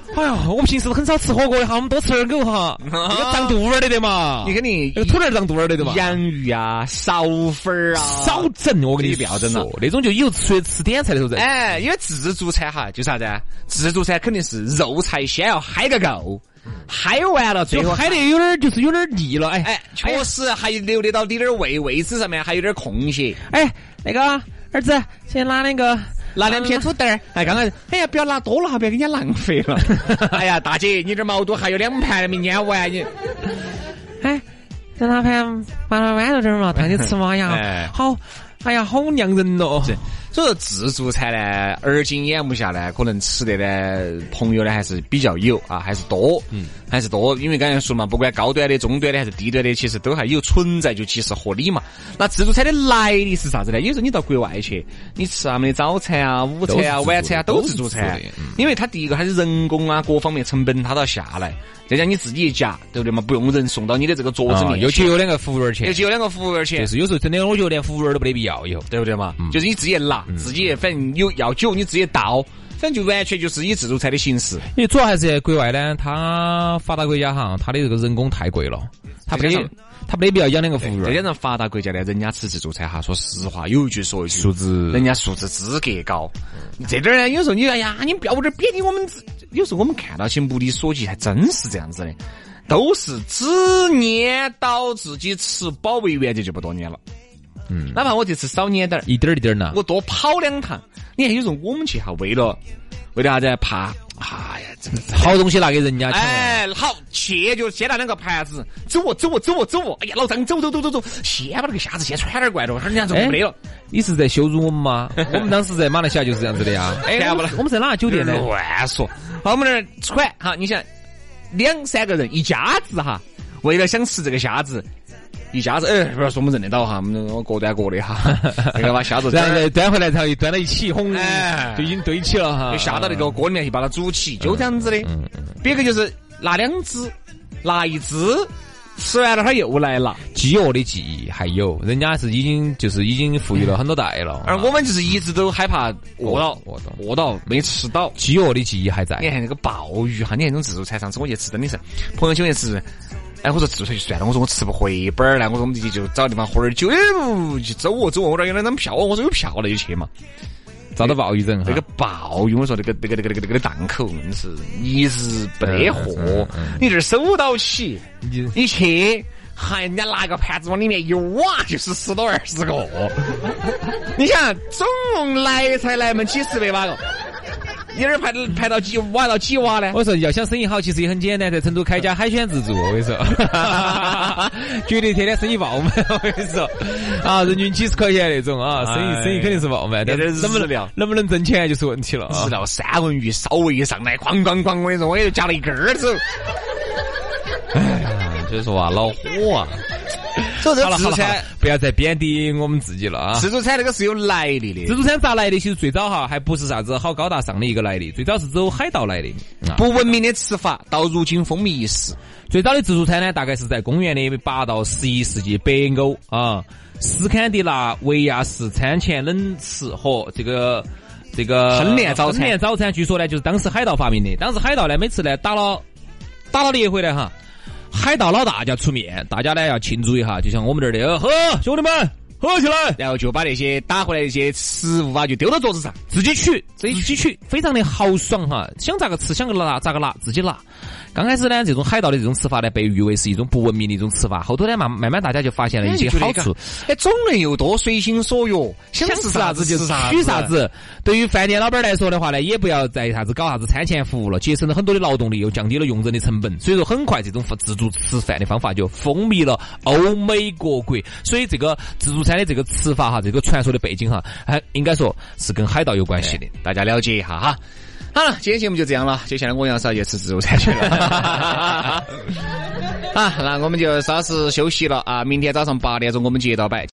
哎呀，我们平时都很少吃火锅的哈，我们多吃点狗哈，那个长肚儿的的嘛， 你肯定那个土儿长肚儿的的嘛， 洋芋啊、苕粉儿啊， 少整，我跟你不要整了， 那种就以后吃吃点菜的时候在。 哎，因为自助餐哈，就啥子？自助餐肯定是肉菜先要嗨个够。嗨完了，最后嗨的有点就是有点腻了，哎哎，确实还留得到你点胃，位置上面还有点空隙。 哎，那个儿子，先拿那个拿两片土豆儿。哎，刚刚哎呀，不要拿多了哈，不要给人家浪费了。哎呀，大姐，你这毛肚还有两盘没腌完你。 哎，再拿盘麻辣豌豆汁嘛，带你吃嘛呀。哎、好，哎呀，好酿人咯。 所以说自助餐呢，而今眼目下呢，可能吃的呢朋友呢还是比较有啊，还是多，嗯，还是多。因为刚才说嘛，不管高端的、中端的还是低端的，其实都还有存在，就其实合理嘛。那自助餐的来历是啥子呢？有时候你到国外去，你吃他们的早餐啊、午餐啊、晚餐啊，都自助餐，嗯、因为它第一个还是人工啊，各方面成本它都要下来，再加你自己一夹，对不对嘛？不用人送到你的这个桌子面前， 又节约两个服务员钱， 又节约两个服务员钱， 就是有时候真的我觉得连服务员都没得必要，以后对不对嘛？嗯、就是你自己拿。自己反正有要酒，你自己倒，反正就完全就是以自助餐的形式。 因为主要还是国外呢，它发达国家哈，它的这个人工太贵了，它没它没必要养两个服务员。 再加上发达国家呢，人家吃自助餐哈，说实话有一句说一句， 素质人家素质资格高。嗯、这点呢，有时候你哎呀，你不要在这贬低我们，有时候我们看到些目的所及，还真是这样子的，都是只念到自己吃饱为原则就不多念了。嗯，哪怕我这次少捏点儿， 一点儿一点儿呢， 我多跑两趟。你看有时候我们去哈，为了为了啥子？怕，哎呀，真的好东西拿给人家抢。 哎，好，去就先拿两个盘子，走哦走哦走哦走哦。哎呀，老张走走走走走，先把那个虾子先穿点过来了，人家就不得了。 你是在羞辱我们吗？我们当时在马来西亚就是这样子的呀。哎，我们我们在哪个酒店呢？ 乱说。好，我们那儿穿哈，你想两三个人一家子哈，为了想吃这个虾子。一下子，哎，不要说我们认得到哈，我们我各端各的哈，那个把虾子然后端回来，然后一端到一起，轰，哎，就已经堆起了哈， 就下到那个锅里面去把它煮起，就这样子的。嗯嗯、别个就是拿两只，拿一只，吃完了他又来拿。 饥饿的记忆还有，人家是已经就是已经富裕了很多代了， 而我们就是一直都害怕饿到，饿到没吃到， 饥饿的记忆还在。 你看那个鲍鱼哈，你看那种自助餐上次我去吃真的是，朋友圈吃。哎，我说自助餐就算了，我说我吃不回本儿了，我说我们自己就找地方喝点酒，哎，就走哦走哦，我这有那张票，我说有票了就去嘛。 遭到鲍鱼人， 那个鲍鱼，我说那个那个那个那个那个档口是一日不得货，嗯嗯嗯、你这手到起，你你去，还人家拿个盘子往里面一挖，就是十多二十个。你想，总共来才来门几十百把个。一人排排到几挖到几挖呢？ 我说要想生意好，其实也很简单，在成都开家海鲜自助。我跟你说，绝对天天生意爆满。我跟你说，啊，人均几十块钱那种啊，生意、哎、生意肯定是爆满，但是能不能能不能挣钱就是问题了。 知道三文鱼稍微一上来，哐哐哐，我跟你说，我也就夹了一根儿走。 哎呀，就是说啊，恼火啊！ 所以这自助餐不要再贬低我们自己了啊！ 自助餐那个是有来历的。 自助餐咋来的？其实最早哈还不是啥子好高大上的一个来历，最早是走海盗来的。 不文明的吃法到如今风靡一时。 最早的自助餐呢，大概是在公元的八到十一世纪北欧啊，斯堪的纳维亚式餐前冷池和这个这个烹炼早餐。 烹炼早餐据说呢就是当时海盗发明的。当时海盗呢每次呢打了打了猎回来哈。海盗老大家出面，大家呢要庆祝一下，就像我们这儿的，喝兄弟们喝起来， 然后就把那些打回来的一些食物啊，就丢到桌子上， 自己取，自己取，非常的豪爽哈，想咋个吃，想个拿咋个拿，自己拿。刚开始呢，这种海盗的这种吃法呢，被誉为是一种不文明的一种吃法。后头呢，慢慢慢大家就发现了一些好处。 哎，种类又多，随心所欲，想吃啥子就取啥子。对于饭店老板来说的话呢，也不要在啥子搞啥子餐前服务了，节省了很多的劳动力，又降低了用人的成本。所以说，很快这种自助吃饭的方法就风靡了欧美各国。所以这个自助餐的这个吃法哈，这个传说的背景哈，还应该说是跟海盗有关系的， 大家了解一下哈。好了，今天节目就这样了。接下来我杨少爷吃自助餐去了。啊，那我们就稍事休息了啊。明天早上八点钟我们接到摆。